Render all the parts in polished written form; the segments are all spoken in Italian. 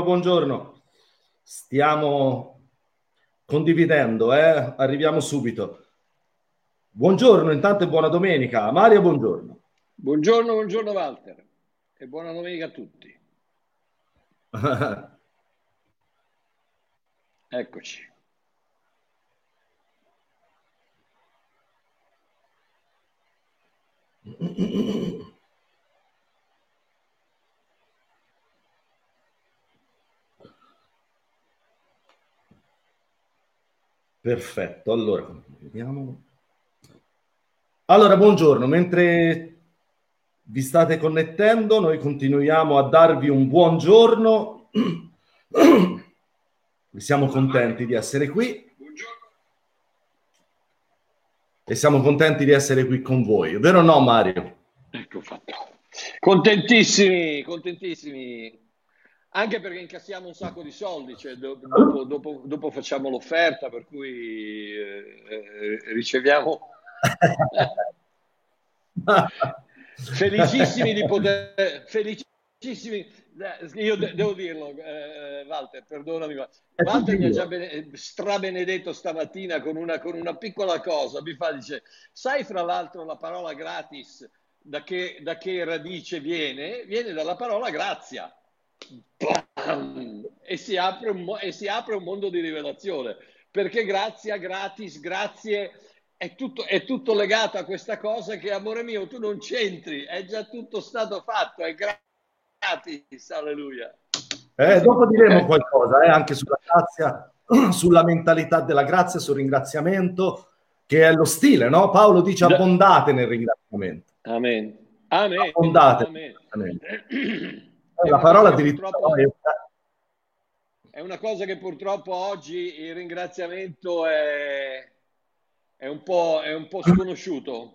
buongiorno. Stiamo condividendo, arriviamo subito. Buongiorno, intanto e buona domenica. Mario, buongiorno. Buongiorno Walter e buona domenica a tutti. Eccoci. Perfetto, allora, vediamo. Allora, buongiorno, mentre vi state connettendo, noi continuiamo a darvi un buongiorno. Siamo contenti di essere qui. E siamo contenti di essere qui con voi, vero o no, Mario? Ecco fatto. Contentissimi. Anche perché incassiamo un sacco di soldi, cioè dopo facciamo l'offerta, per cui riceviamo. Felicissimi di poter. Felicissimi. Io devo dirlo, Walter, perdonami, ma Walter mi ha già strabenedetto stamattina con una piccola cosa. Mi fa, dice, sai fra l'altro la parola gratis da che radice viene? Viene dalla parola grazia. E si apre un mondo di rivelazione, perché grazia, gratis, grazie, è tutto legato a questa cosa che, amore mio, tu non c'entri, è già tutto stato fatto, è gratis, alleluia. Dopo diremo qualcosa anche sulla grazia, sulla mentalità della grazia, sul ringraziamento, che è lo stile, no? Paolo dice abbondate nel ringraziamento. Amen. Abbondate. Amen. La parola addirittura è una cosa che purtroppo oggi il ringraziamento è un po' sconosciuto.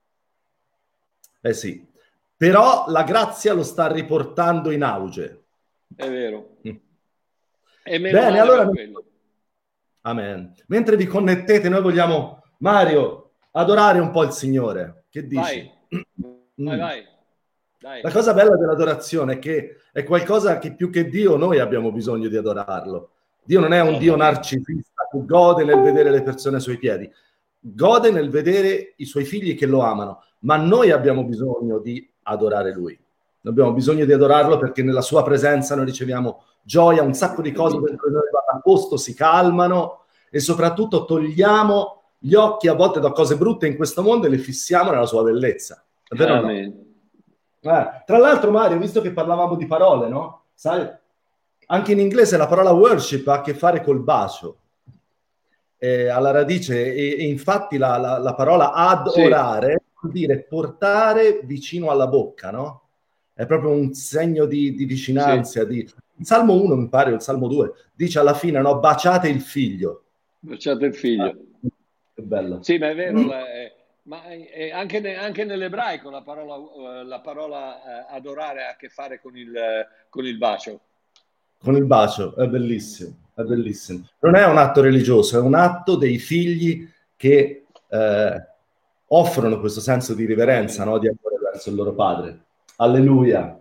Sì, però la grazia lo sta riportando in auge. È vero. E bene, allora amen. Mentre vi connettete, noi vogliamo, Mario, adorare un po' il Signore. Che dici? Vai. Dai. La cosa bella dell'adorazione è che è qualcosa che più che Dio noi abbiamo bisogno di adorarlo. Dio non è un Dio narcisista che gode nel vedere le persone ai suoi piedi, gode nel vedere i suoi figli che lo amano, ma noi abbiamo bisogno di adorare Lui. Abbiamo bisogno di adorarlo perché nella sua presenza noi riceviamo gioia, un sacco di cose dentro noi vanno a posto, si calmano e soprattutto togliamo gli occhi a volte da cose brutte in questo mondo e le fissiamo nella sua bellezza. È vero o no? Tra l'altro, Mario, visto che parlavamo di parole, no? Sai, anche in inglese la parola worship ha a che fare col bacio. Alla radice, e infatti la parola adorare vuol dire portare vicino alla bocca, no? È proprio un segno di vicinanza. Il Salmo 1, mi pare, o il Salmo 2, dice alla fine, no? Baciate il figlio. Baciate il figlio. Che bello. Sì, ma è vero, ma anche nell'ebraico la parola adorare ha a che fare con il bacio. Con il bacio, è bellissimo. È bellissimo. Non è un atto religioso, è un atto dei figli che offrono questo senso di riverenza, no? Di amore verso il loro padre. Alleluia.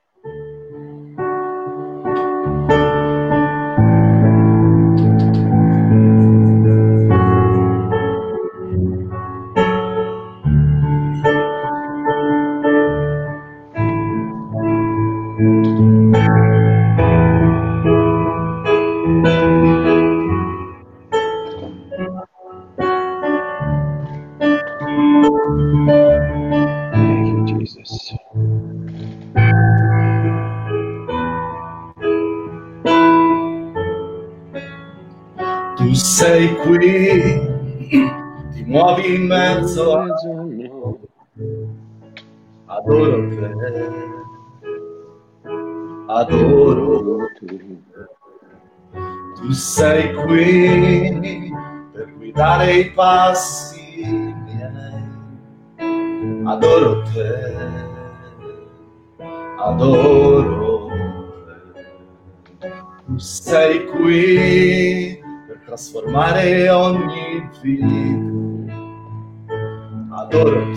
Tu sei qui, ti muovi in mezzo a noi, adoro te, adoro te. Tu sei qui per guidare i passi miei, adoro te, adoro te. Tu sei qui per trasformare ogni vita, adoro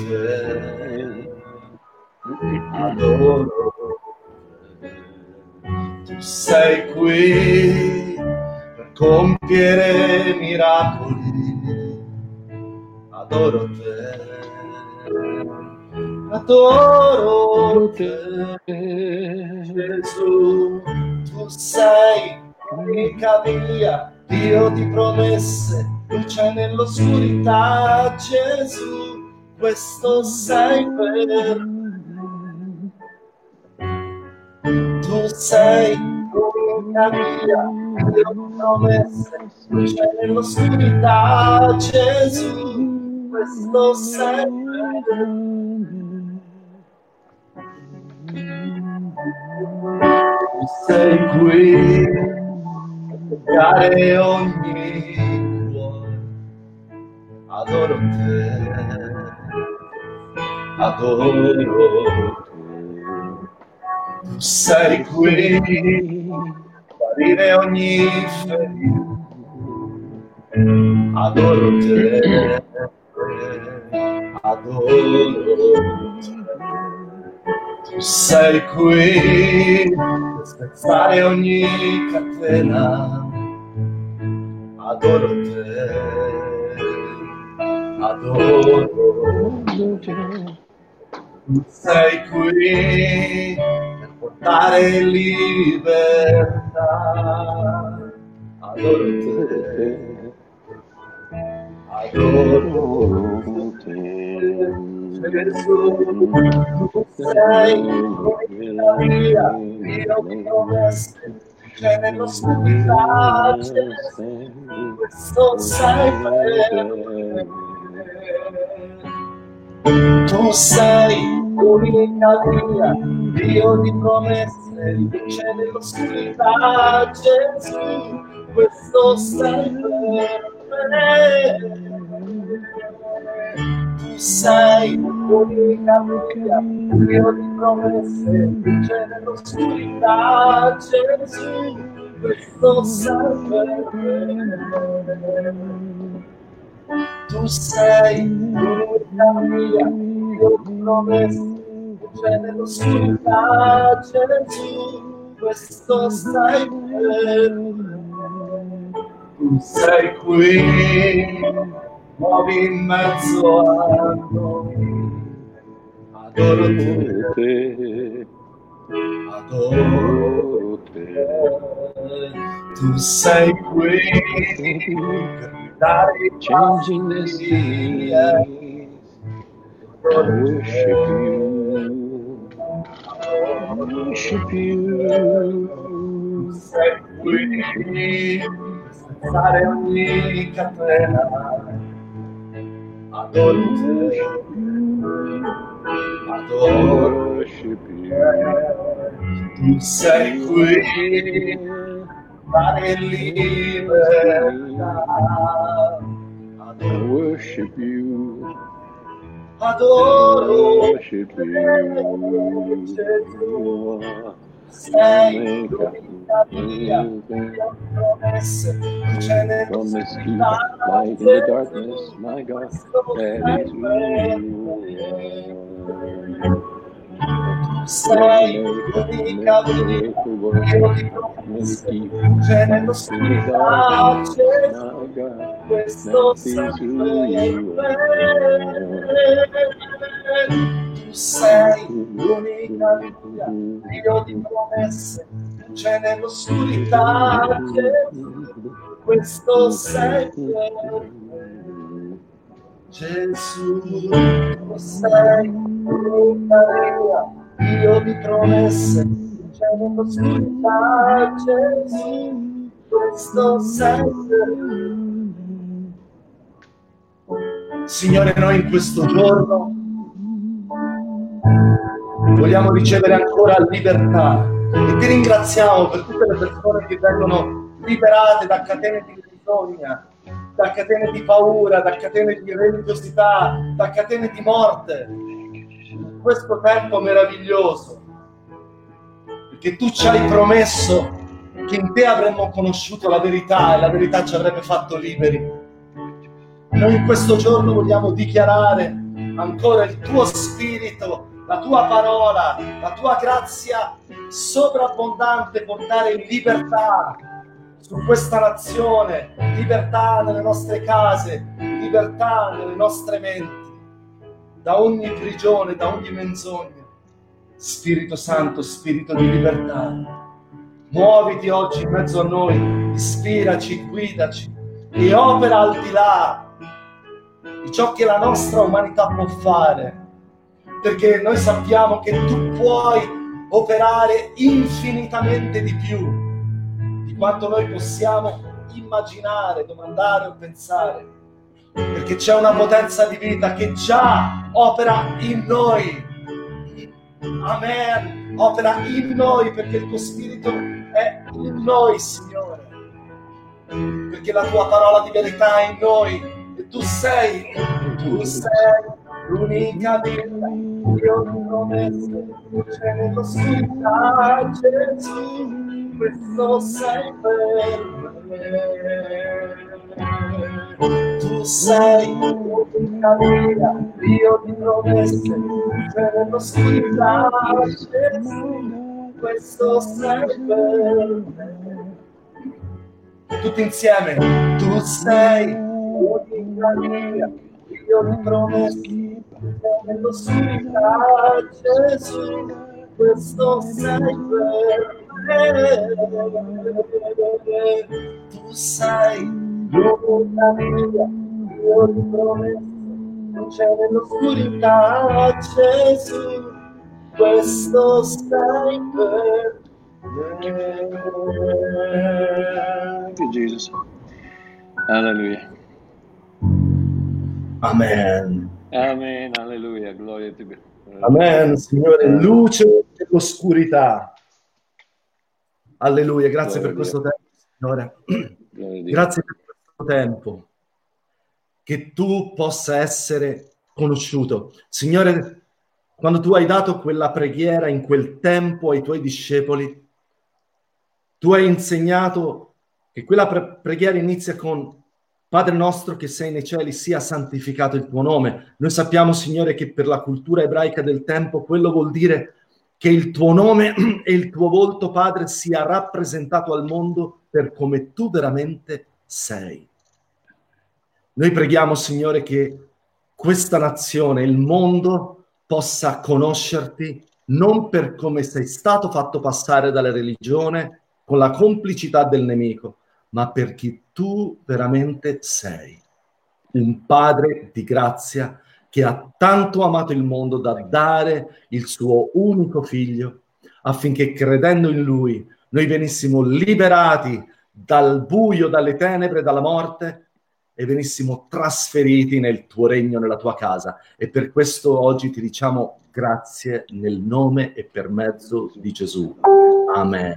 te, adoro te. Tu sei qui per compiere miracoli. Adoro te, adoro te, Gesù. Tu sei l'unica via, Dio di promesse, luce nell'oscurità, Gesù. Questo sei per me. Tu sei l'unica via, Dio di promesse, luce nell'oscurità, Gesù. Questo sei per me. Tu sei qui per toccare ogni cuore. Adoro te, adoro te. Tu sei qui per guarire ogni ferita. Adoro te, adoro te. Tu sei qui per spezzare ogni catena. Adoro te, adoro te. Tu sei qui per portare libertà. Adoro te, adoro te. Gesù, tu sei l'unica via, Dio di promesse, c'è nell'oscurità, Gesù, questo sei per me. Tu sei l'unica via, Dio di promesse, c'è nell'oscurità, Gesù, questo sei per me. Tu sei l'unica via, Dio di promesse, luce nell'oscurità, Gesù, questo sei per me. Tu sei l'unica via, Dio di promesse, luce nell'oscurità, Gesù, questo sei per me. Tu sei qui, muovi in mezzo a noi. Adoro te, adoro te. Tu sei qui per guidare i passi. Worship you. Tu sei qui per spezzare ogni catena. Adoro te, adoro te. Tu sei qui, dare libertà. Adoro worship you, adoro worship you. Gesù, sei l'unica via, Dio promesse, c'è nell'oscurità, light in the darkness, my God, that is you. Sei l'unica via, Dio di promesse, c'è nell'oscurità, Gesù, questo sei per me. Tu sei l'unica via, Dio di promesse, c'è nell'oscurità, Gesù, questo sei per me. Gesù, tu sei l'unica via, Dio di promesse, c'è nell'oscurità, Gesù, questo sei per me. Signore, noi in questo giorno vogliamo ricevere ancora libertà e ti ringraziamo per tutte le persone che vengono liberate da catene di menzogna, da catene di paura, da catene di religiosità, da catene di morte. In questo tempo meraviglioso, perché tu ci hai promesso che in te avremmo conosciuto la verità e la verità ci avrebbe fatto liberi. Noi in questo giorno vogliamo dichiarare ancora il tuo spirito la tua parola, la tua grazia sovrabbondante portare in libertà su questa nazione, libertà nelle nostre case, libertà nelle nostre menti, da ogni prigione, da ogni menzogna. Spirito Santo, Spirito di libertà, muoviti oggi in mezzo a noi, ispiraci, guidaci e opera al di là di ciò che la nostra umanità può fare, perché noi sappiamo che tu puoi operare infinitamente di più di quanto noi possiamo immaginare, domandare o pensare, perché c'è una potenza di vita che già opera in noi. Amen. Opera in noi, perché il tuo spirito è in noi, Signore, perché la tua parola di verità è in noi e tu sei l'unica vita. Io ti promesso, c'è nell'oscurità, Gesù, questo sei per me. Tu sei l'unica vita, io ti promesso, c'è nell'oscurità, Gesù, questo sei per me. Tutti insieme, tu sei l'unica vita, io ti promesso, nell'oscurità, Gesù, questo sei per me. Tu sei l'unica vita, io ti promesso, non c'è nell'oscurità, Gesù, questo sei per me. Thank you, Jesus. Alleluia. Amen. Amen, alleluia, gloria a te. Amen, Signore, luce nell'oscurità. Alleluia, grazie per questo tempo, Signore. Grazie per questo tempo. Che tu possa essere conosciuto. Signore, quando tu hai dato quella preghiera in quel tempo ai tuoi discepoli, tu hai insegnato che quella preghiera inizia con Padre nostro che sei nei cieli, sia santificato il tuo nome. Noi sappiamo, Signore, che per la cultura ebraica del tempo quello vuol dire che il tuo nome e il tuo volto, Padre, sia rappresentato al mondo per come tu veramente sei. Noi preghiamo, Signore, che questa nazione, il mondo, possa conoscerti non per come sei stato fatto passare dalla religione con la complicità del nemico, ma per chi tu veramente sei. Un Padre di grazia che ha tanto amato il mondo da dare il suo unico figlio, affinché credendo in lui noi venissimo liberati dal buio, dalle tenebre, dalla morte, e venissimo trasferiti nel tuo regno, nella tua casa. E per questo oggi ti diciamo grazie nel nome e per mezzo di Gesù. Amen.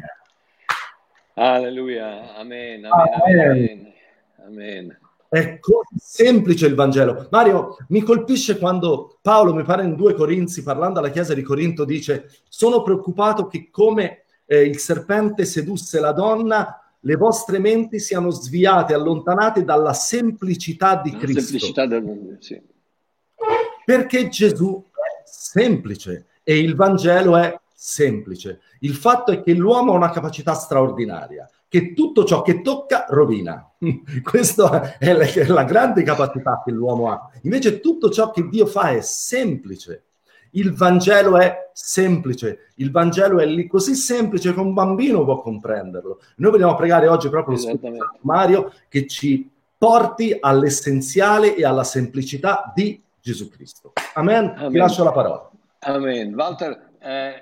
Alleluia, amen, amen, amen, amen. È così semplice il Vangelo. Mario, mi colpisce quando Paolo, mi pare in 2 Corinzi, parlando alla chiesa di Corinto, dice: sono preoccupato che come il serpente sedusse la donna, le vostre menti siano sviate, allontanate dalla semplicità di Cristo. Semplicità del mondo, sì. Perché Gesù è semplice e il Vangelo è semplice. Il fatto è che l'uomo ha una capacità straordinaria, che tutto ciò che tocca rovina. Questa è la grande capacità che l'uomo ha. Invece tutto ciò che Dio fa è semplice. Il Vangelo è semplice, il Vangelo è lì così semplice che un bambino può comprenderlo. Noi vogliamo pregare oggi proprio lo Spirito Santo, Mario, che ci porti all'essenziale e alla semplicità di Gesù Cristo. Amen. Ti lascio la parola. Amen. Walter,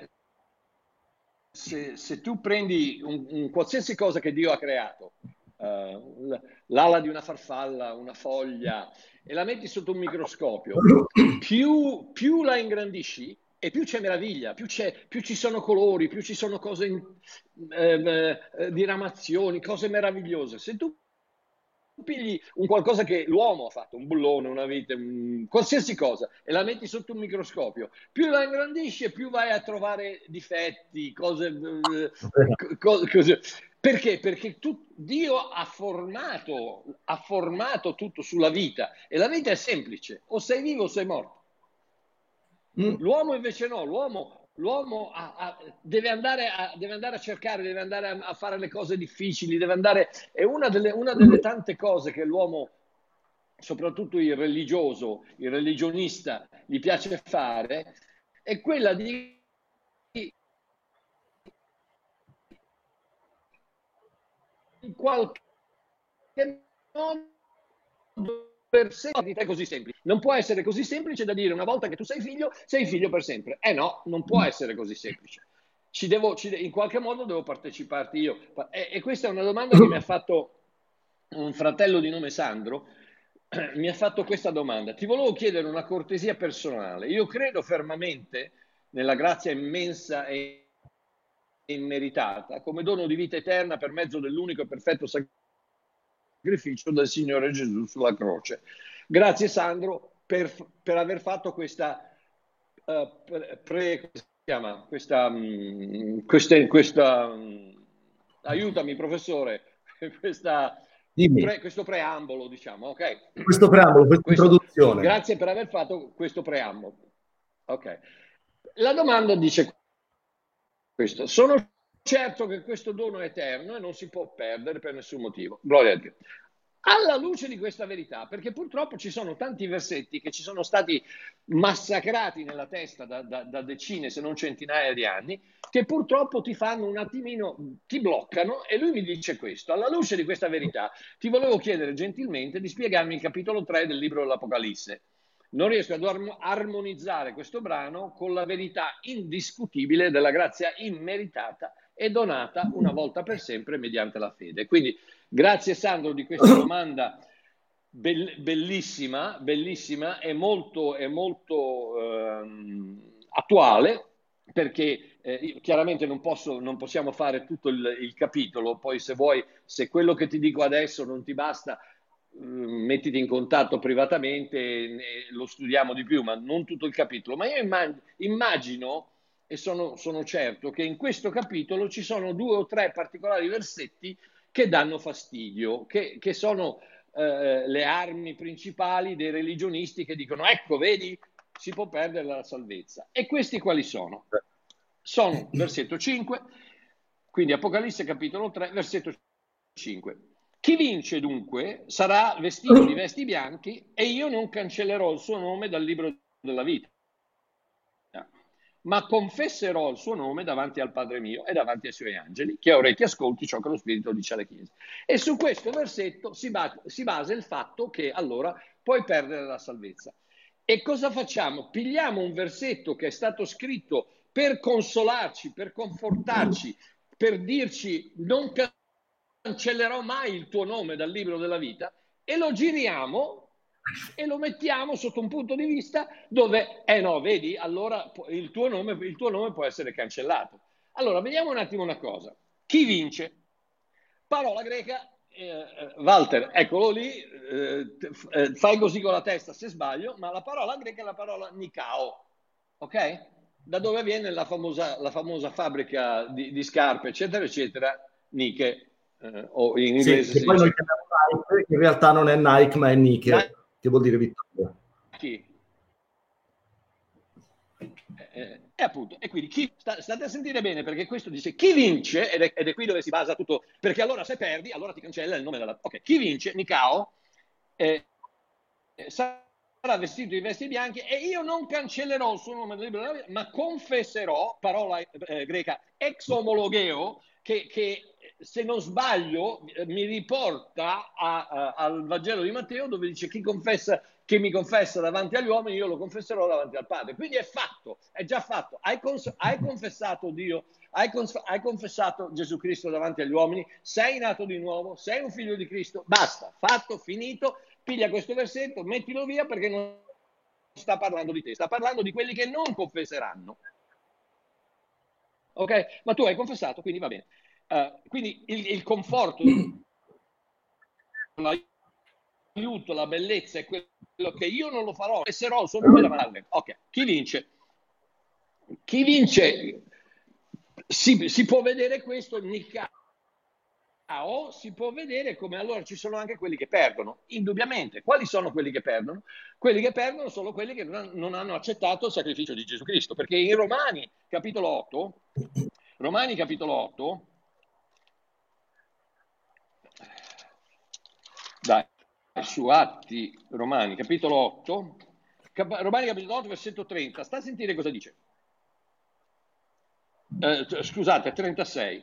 se tu prendi un qualsiasi cosa che Dio ha creato, l'ala di una farfalla, una foglia, e la metti sotto un microscopio, più la ingrandisci e più c'è meraviglia, più ci sono colori, più ci sono cose, diramazioni, cose meravigliose. Se tu pigli un qualcosa che l'uomo ha fatto, un bullone, una vite, qualsiasi cosa, e la metti sotto un microscopio, più la ingrandisci e più vai a trovare difetti, cose. Perché? Perché Dio ha formato tutto sulla vita, e la vita è semplice: o sei vivo o sei morto. L'uomo invece no, l'uomo deve andare a cercare, deve andare a fare le cose difficili, è una delle tante cose che l'uomo, soprattutto il religioso, il religionista, gli piace fare, è quella di in qualche modo per sempre è così semplice. Non può essere così semplice da dire una volta che tu sei figlio per sempre. No, non può essere così semplice. In qualche modo devo parteciparti io. E questa è una domanda che mi ha fatto un fratello di nome Sandro. Mi ha fatto questa domanda. Ti volevo chiedere una cortesia personale. Io credo fermamente nella grazia immensa e immeritata come dono di vita eterna per mezzo dell'unico e perfetto sacrificio del Signore Gesù sulla croce. Grazie Sandro per aver fatto questa aiutami professore, questo preambolo, diciamo, ok? Questo preambolo, questa introduzione. Grazie per aver fatto questo preambolo. Ok. La domanda dice questo: sono certo che questo dono è eterno e non si può perdere per nessun motivo. Gloria a Dio. Alla luce di questa verità, perché purtroppo ci sono tanti versetti che ci sono stati massacrati nella testa da decine se non centinaia di anni, che purtroppo ti fanno un attimino, ti bloccano, e lui mi dice questo. Alla luce di questa verità ti volevo chiedere gentilmente di spiegarmi il capitolo 3 del libro dell'Apocalisse. Non riesco ad armonizzare questo brano con la verità indiscutibile della grazia immeritata e donata una volta per sempre mediante la fede. Quindi grazie Sandro di questa domanda bellissima e molto attuale, perché chiaramente non possiamo fare tutto il capitolo. Poi se quello che ti dico adesso non ti basta, mettiti in contatto privatamente, lo studiamo di più, ma non tutto il capitolo. Ma io immagino e sono certo che in questo capitolo ci sono 2 o 3 particolari versetti che danno fastidio, che sono le armi principali dei religionisti che dicono: ecco, vedi, si può perdere la salvezza. E questi quali sono? Sono versetto 5, quindi Apocalisse capitolo 3, versetto 5. Chi vince dunque sarà vestito di vesti bianchi e io non cancellerò il suo nome dal libro della vita, ma confesserò il suo nome davanti al Padre mio e davanti ai suoi angeli. Chi ha orecchi ascolti ciò che lo Spirito dice alle chiese. E su questo versetto si basa il fatto che allora puoi perdere la salvezza. E cosa facciamo? Pigliamo un versetto che è stato scritto per consolarci, per confortarci, per dirci: non cancellerò mai il tuo nome dal libro della vita, e lo giriamo e lo mettiamo sotto un punto di vista dove, no, vedi, allora il tuo nome può essere cancellato. Allora, vediamo un attimo una cosa. Chi vince? Parola greca, Walter, eccolo lì, fai così con la testa se sbaglio, ma la parola greca è la parola nikao, ok? Da dove viene la famosa fabbrica di scarpe, eccetera, eccetera, Nike, o in inglese sì, si poi dice... noi chiamiamo Nike, che in realtà non è Nike, ma è Nike, che vuol dire vittoria. E appunto, e quindi state a sentire bene, perché questo dice chi vince, ed è qui dove si basa tutto, perché allora se perdi, allora ti cancella il nome della... Ok, chi vince, Nikao, sarà vestito di vesti bianchi e io non cancellerò il suo nome dal libro della vita, ma confesserò, parola greca, exomologeo, che se non sbaglio mi riporta al Vangelo di Matteo, dove dice: chi mi confessa davanti agli uomini, io lo confesserò davanti al Padre. Quindi è fatto, è già fatto. Hai confessato Dio, hai confessato Gesù Cristo davanti agli uomini, sei nato di nuovo, sei un figlio di Cristo, basta, fatto, finito. Piglia questo versetto, mettilo via, perché non sta parlando di te, sta parlando di quelli che non confesseranno. Ok? Ma tu hai confessato, quindi va bene. Quindi il conforto, l'aiuto, la bellezza è quello che io non lo farò, confesserò il suo nome davanti. Ok, chi vince? Chi vince si può vedere questo si può vedere come allora ci sono anche quelli che perdono, indubbiamente. Quali sono quelli che perdono? Quelli che perdono sono quelli che non hanno accettato il sacrificio di Gesù Cristo, perché in Romani capitolo 8, dai, su Atti Romani capitolo 8, Romani capitolo 8 versetto 30, sta a sentire cosa dice. Scusate, 36.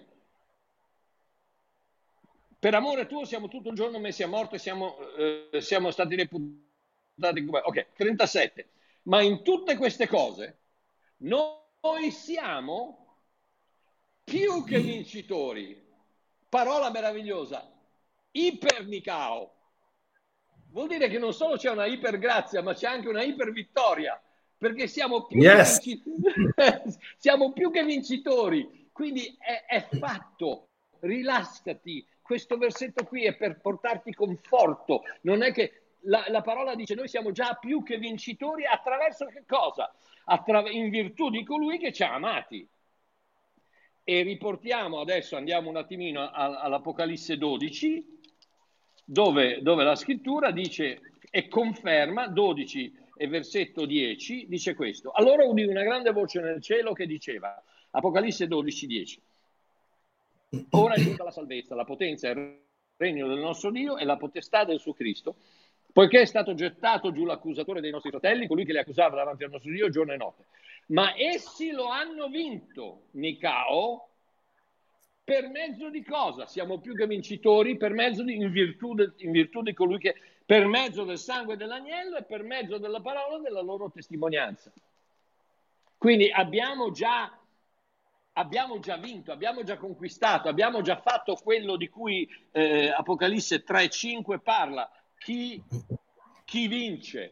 Per amore tuo siamo tutto il giorno messi a morte, siamo stati reputati come... Ok, 37. Ma in tutte queste cose noi siamo più che vincitori. Parola meravigliosa. Ipernicao. Vuol dire che non solo c'è una ipergrazia, ma c'è anche una ipervittoria. Perché siamo più, siamo più che vincitori. Quindi è fatto. Rilassati. Questo versetto qui è per portarti conforto. Non è che la parola dice noi siamo già più che vincitori attraverso che cosa? In virtù di colui che ci ha amati. E riportiamo adesso, andiamo un attimino all'Apocalisse 12, dove la scrittura dice e conferma, 12 e versetto 10, dice questo. Allora udì una grande voce nel cielo che diceva, Apocalisse 12, 10. Ora è giunta la salvezza, la potenza e il regno del nostro Dio e la potestà del suo Cristo, poiché è stato gettato giù l'accusatore dei nostri fratelli, colui che li accusava davanti al nostro Dio giorno e notte. Ma essi lo hanno vinto, Nicao, per mezzo di cosa? Siamo più che vincitori, in virtù di colui che, per mezzo del sangue dell'agnello e per mezzo della parola della loro testimonianza. Quindi abbiamo già vinto, abbiamo già conquistato, abbiamo già fatto quello di cui Apocalisse 3,5 parla. Chi vince?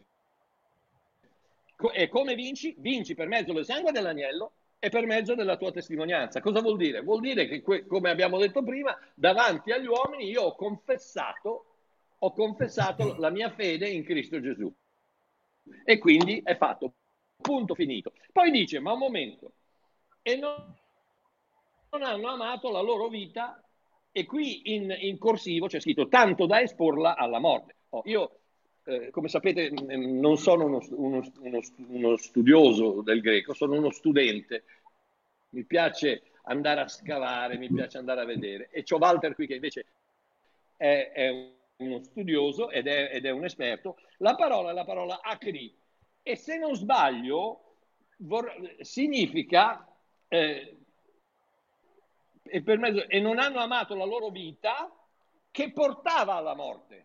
E come vinci? Vinci per mezzo del sangue dell'agnello e per mezzo della tua testimonianza. Cosa vuol dire? Vuol dire che, come abbiamo detto prima, davanti agli uomini io ho confessato la mia fede in Cristo Gesù. E quindi è fatto. Punto finito. Poi dice, ma un momento, e non hanno amato la loro vita, e qui in corsivo c'è scritto tanto da esporla alla morte. Io, come sapete, non sono uno studioso del greco, sono uno studente. Mi piace andare a scavare, mi piace andare a vedere. E c'ho Walter qui che invece è uno studioso ed è un esperto. La parola è la parola akri. E se non sbaglio, significa... e non hanno amato la loro vita che portava alla morte,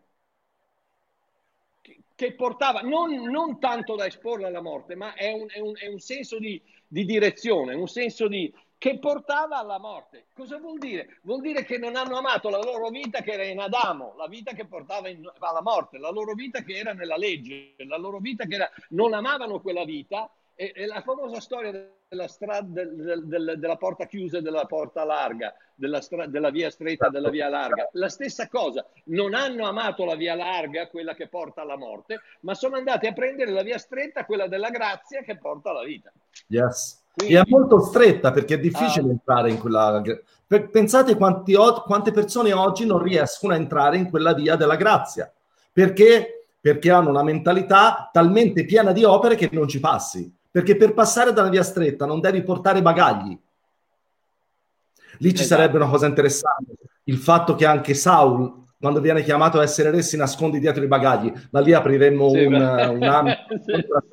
che portava non tanto da esporla alla morte, ma è un senso di direzione, un senso di che portava alla morte. Cosa vuol dire? Vuol dire che non hanno amato la loro vita che era in Adamo, la vita che portava alla morte, la loro vita che era nella legge, la loro vita che era, non amavano quella vita. E la famosa storia della strada della porta chiusa e della porta larga, della via stretta e della via larga, la stessa cosa. Non hanno amato la via larga, quella che porta alla morte, ma sono andati a prendere la via stretta, quella della grazia che porta alla vita. Yes. Quindi, è molto stretta perché è difficile entrare in quella. Pensate quante persone oggi non riescono a entrare in quella via della grazia perché hanno una mentalità talmente piena di opere che non ci passi. Perché per passare dalla via stretta non devi portare bagagli. Lì ci sarebbe una cosa interessante, il fatto che anche Saul, quando viene chiamato a essere re, si nasconde dietro i bagagli, ma lì apriremmo un ambito.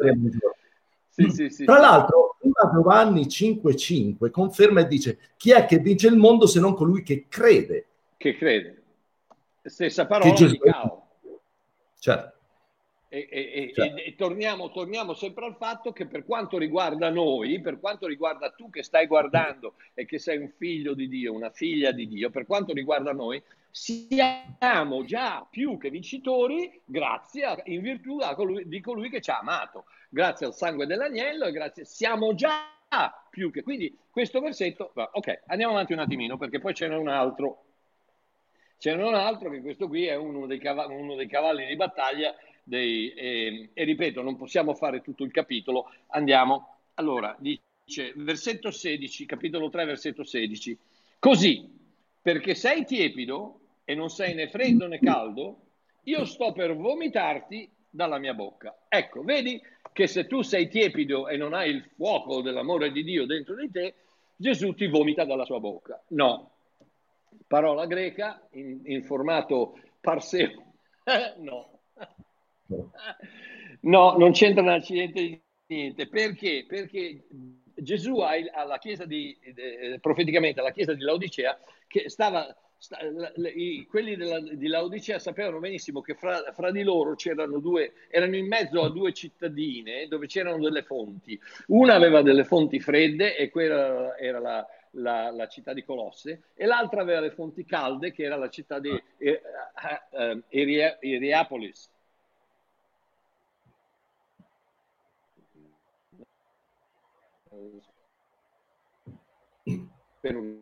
Tra l'altro, Giovanni 5,5 conferma e dice: chi è che vince il mondo se non colui che crede? Che crede. Stessa parola di Cao. Certo. E torniamo sempre al fatto che per quanto riguarda noi, per quanto riguarda tu che stai guardando e che sei un figlio di Dio, una figlia di Dio, per quanto riguarda noi, siamo già più che vincitori grazie in virtù di colui che ci ha amato, grazie al sangue dell'agnello e grazie, siamo già più che, quindi questo versetto, ok, andiamo avanti un attimino perché poi c'è un altro che questo qui è uno dei cavalli di battaglia e ripeto, non possiamo fare tutto il capitolo, andiamo. Allora, dice, versetto 16, capitolo 3, versetto 16. Così, perché sei tiepido e non sei né freddo né caldo, io sto per vomitarti dalla mia bocca. Ecco, vedi che se tu sei tiepido e non hai il fuoco dell'amore di Dio dentro di te, Gesù ti vomita dalla sua bocca. No, parola greca in formato parseo. No. No, non c'entra un accidente di niente. Perché? Perché Gesù alla chiesa profeticamente alla chiesa di Laodicea, che quelli di Laodicea sapevano benissimo che fra di loro erano in mezzo a due cittadine dove c'erano delle fonti. Una aveva delle fonti fredde e quella era la città di Colosse, e l'altra aveva le fonti calde, che era la città di Iriapolis. Per un...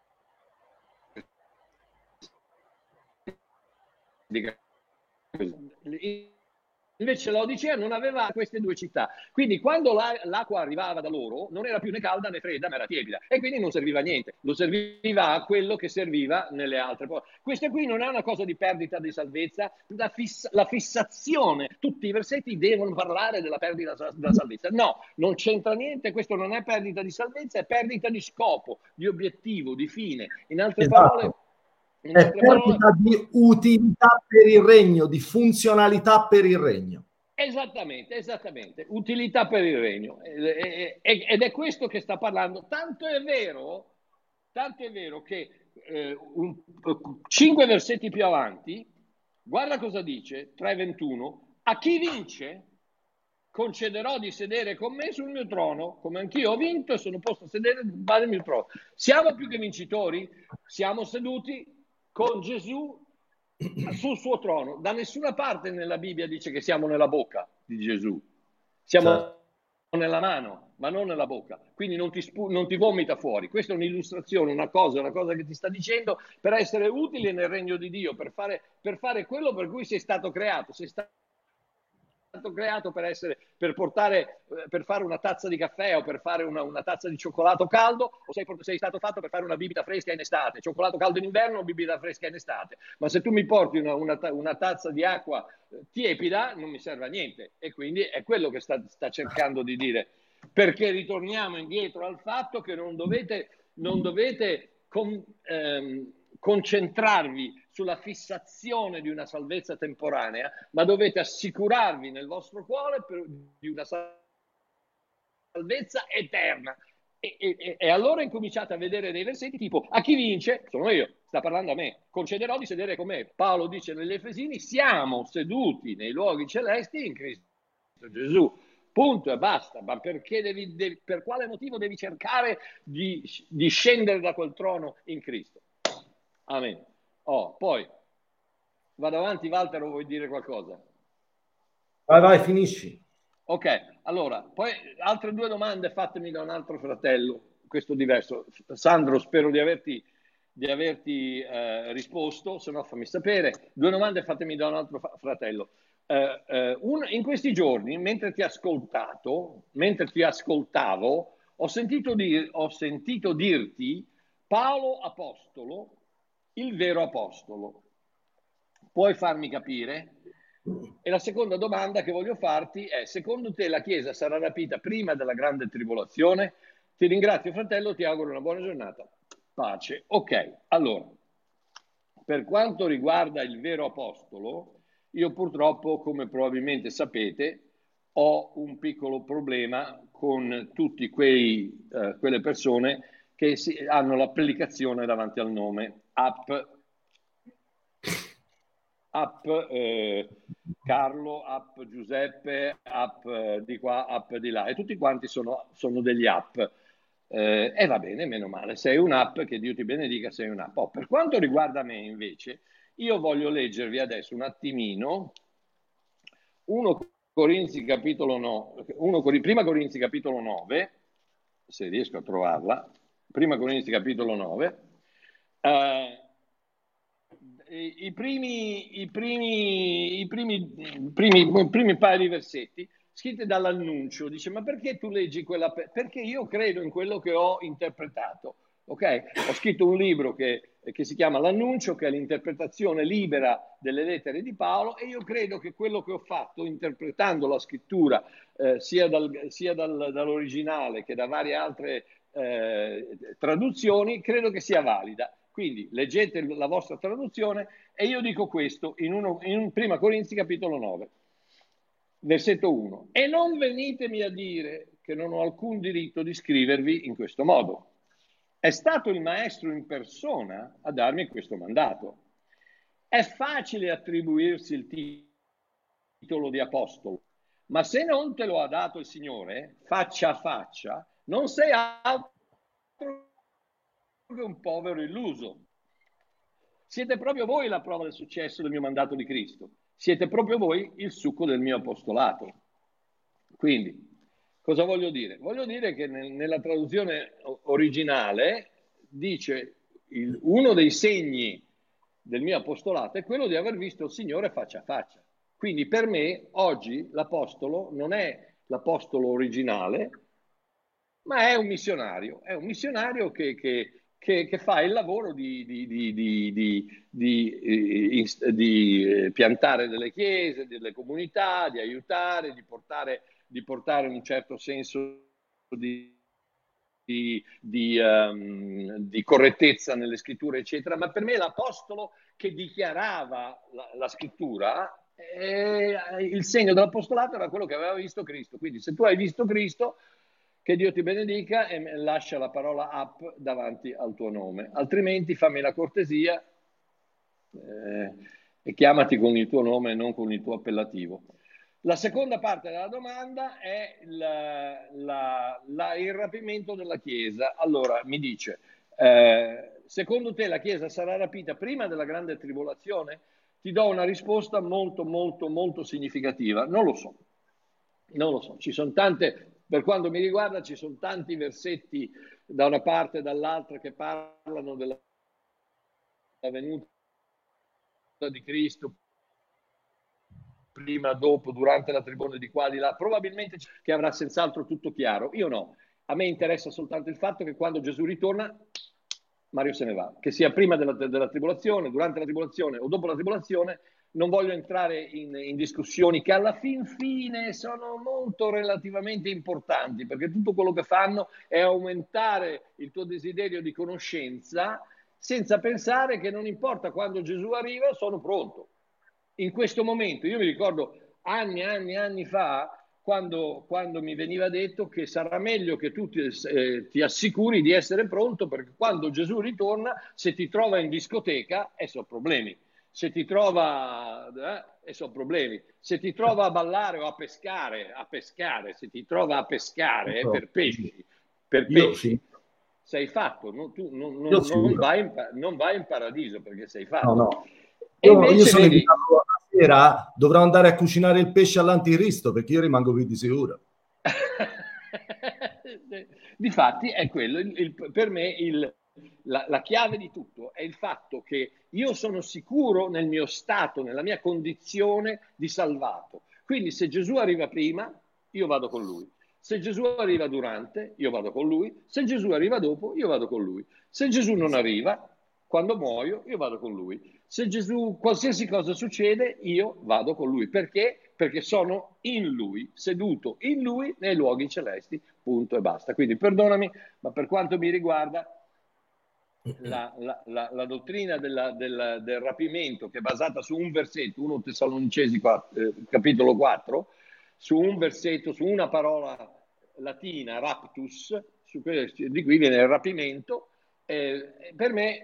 Invece Laodicea non aveva queste due città, quindi quando l'acqua arrivava da loro non era più né calda né fredda, ma era tiepida, e quindi non serviva a niente, lo serviva a quello che serviva nelle altre. Questa qui non è una cosa di perdita di salvezza, la fissazione, tutti i versetti devono parlare della perdita della salvezza. No, non c'entra niente, questo non è perdita di salvezza, è perdita di scopo, di obiettivo, di fine. In altre parole... È perdita di utilità per il regno, di funzionalità per il regno. Esattamente, utilità per il regno. Ed è questo che sta parlando. Tanto è vero che 5 versetti più avanti, guarda cosa dice, 3:21, a chi vince concederò di sedere con me sul mio trono, come anch'io ho vinto e sono posto a sedere sul mio trono. Siamo più che vincitori, siamo seduti con Gesù sul suo trono. Da nessuna parte nella Bibbia dice che siamo nella bocca di Gesù, siamo nella mano, ma non nella bocca. Quindi non ti vomita fuori. Questa è un'illustrazione, una cosa che ti sta dicendo per essere utile nel regno di Dio, per fare quello per cui sei stato creato. Sei stato creato per fare una tazza di caffè o per fare una tazza di cioccolato caldo, o sei stato fatto per fare una bibita fresca in estate, cioccolato caldo in inverno o bibita fresca in estate. Ma se tu mi porti una tazza di acqua tiepida non mi serve a niente, e quindi è quello che sta cercando di dire, perché ritorniamo indietro al fatto che non dovete concentrarvi sulla fissazione di una salvezza temporanea, ma dovete assicurarvi nel vostro cuore di una salvezza eterna. E allora incominciate a vedere dei versetti tipo: a chi vince, sono io, sta parlando a me, concederò di sedere con me. Paolo dice negli Efesini: siamo seduti nei luoghi celesti in Cristo Gesù. Punto e basta. Ma perché per quale motivo devi cercare di scendere da quel trono in Cristo? Amen. Poi vado avanti, Walter, o vuoi dire qualcosa? Vai, finisci. Ok, allora, poi altre 2 domande fatemi da un altro fratello, questo diverso. Sandro, spero di averti risposto, se no fammi sapere. 2 domande fatemi da un altro fratello. In questi giorni, mentre ti ascoltavo, ho sentito dirti Paolo apostolo, il vero apostolo. Puoi farmi capire? E la seconda domanda che voglio farti è: secondo te la Chiesa sarà rapita prima della grande tribolazione? Ti ringrazio, fratello, ti auguro una buona giornata. Pace. Ok, allora, per quanto riguarda il vero apostolo, io purtroppo, come probabilmente sapete, ho un piccolo problema con tutte quelle persone che hanno l'applicazione davanti al nome, app Carlo, app Giuseppe, app di qua, app di là, e tutti quanti sono degli app. E va bene, meno male, sei un'app, che Dio ti benedica, sei un'app. Per quanto riguarda me, invece, io voglio leggervi adesso un attimino 1 Corinzi capitolo 9, prima Corinzi capitolo 9, se riesco a trovarla, prima Corinzi capitolo 9, i primi paio di versetti scritti dall'annuncio. Dice: ma perché tu leggi quella? Perché io credo in quello che ho interpretato. ok? Ho scritto un libro che si chiama L'Annuncio, che è l'interpretazione libera delle lettere di Paolo, e io credo che quello che ho fatto interpretando la scrittura sia dall'originale che da varie altre traduzioni, credo che sia valida. Quindi leggete la vostra traduzione, e io dico questo in Prima Corinzi capitolo 9, versetto 1: e non venitemi a dire che non ho alcun diritto di scrivervi in questo modo. È stato il maestro in persona a darmi questo mandato. È facile attribuirsi il titolo di apostolo, ma se non te lo ha dato il Signore faccia a faccia, non sei altro che un povero illuso. Siete proprio voi la prova del successo del mio mandato di Cristo. Siete proprio voi il succo del mio apostolato. Quindi, cosa voglio dire? Voglio dire che nella traduzione originale dice uno dei segni del mio apostolato è quello di aver visto il Signore faccia a faccia. Quindi per me oggi l'apostolo non è l'apostolo originale, ma è un missionario che fa il lavoro di piantare delle chiese, delle comunità, di aiutare, di portare un certo senso di correttezza nelle scritture, eccetera. Ma per me l'apostolo che dichiarava la scrittura, il segno dell'apostolato era quello che aveva visto Cristo. Quindi se tu hai visto Cristo, che Dio ti benedica e lascia la parola up davanti al tuo nome, altrimenti fammi la cortesia e chiamati con il tuo nome e non con il tuo appellativo. La seconda parte della domanda è il rapimento della Chiesa. Allora, mi dice, secondo te la Chiesa sarà rapita prima della grande tribolazione? Ti do una risposta molto, molto, molto significativa. Non lo so. Ci sono per quanto mi riguarda, ci sono tanti versetti da una parte e dall'altra che parlano della venuta di Cristo, prima, dopo, durante la tribolazione, di qua, di là, probabilmente che avrà senz'altro tutto chiaro. Io no, a me interessa soltanto il fatto che quando Gesù ritorna, Mario se ne va, che sia prima della tribolazione, durante la tribolazione o dopo la tribolazione. Non voglio entrare in discussioni che alla fine sono molto relativamente importanti, perché tutto quello che fanno è aumentare il tuo desiderio di conoscenza, senza pensare che non importa quando Gesù arriva, sono pronto. In questo momento, io mi ricordo anni fa, quando mi veniva detto che sarà meglio che tu ti assicuri di essere pronto, perché quando Gesù ritorna, se ti trova in discoteca, sono problemi. Se ti trova, sono problemi. Se ti trova a ballare o a pescare, se ti trova a pescare per pesci, sì, sei fatto. Tu non vai in paradiso perché sei fatto. No. Io sono invitato la sera, dovrò andare a cucinare il pesce all'anticristo, perché io rimango qui di sicuro. Difatti è quello, per me la chiave di tutto è il fatto che io sono sicuro nel mio stato, nella mia condizione di salvato. Quindi se Gesù arriva prima, io vado con lui. Se Gesù arriva durante, io vado con lui. Se Gesù arriva dopo, io vado con lui. Se Gesù non arriva, quando muoio, io vado con lui. Se Gesù, qualsiasi cosa succede, io vado con lui. Perché? Perché sono in lui, seduto in lui nei luoghi celesti, punto e basta. Quindi perdonami, ma per quanto mi riguarda, la dottrina del rapimento, che è basata su un versetto, 1 Tessalonicesi capitolo 4, su un versetto, su una parola latina, raptus, di cui viene il rapimento, per me,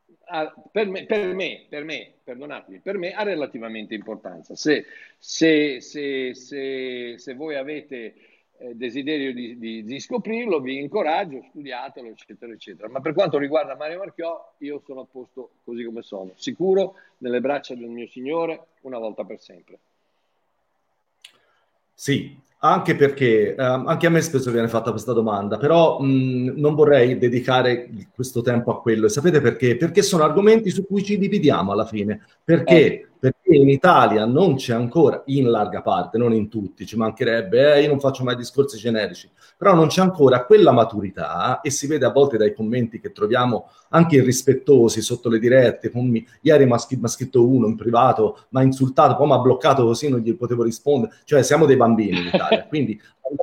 perdonatemi, per me ha relativamente importanza. Se voi avete desiderio di scoprirlo, vi incoraggio, studiatelo, eccetera, eccetera. Ma per quanto riguarda Mario Marchiò, io sono a posto così come sono, sicuro nelle braccia del mio Signore, una volta per sempre. Sì, anche perché anche a me spesso viene fatta questa domanda, però non vorrei dedicare questo tempo a quello. E sapete perché? Perché sono argomenti su cui ci dividiamo alla fine. Perché? perché in Italia non c'è ancora, in larga parte, non in tutti, ci mancherebbe, io non faccio mai discorsi generici, però non c'è ancora quella maturità, e si vede a volte dai commenti che troviamo anche irrispettosi sotto le dirette. Ieri mi ha scritto uno in privato, mi ha insultato, poi mi ha bloccato, così non gli potevo rispondere, cioè siamo dei bambini in Italia, quindi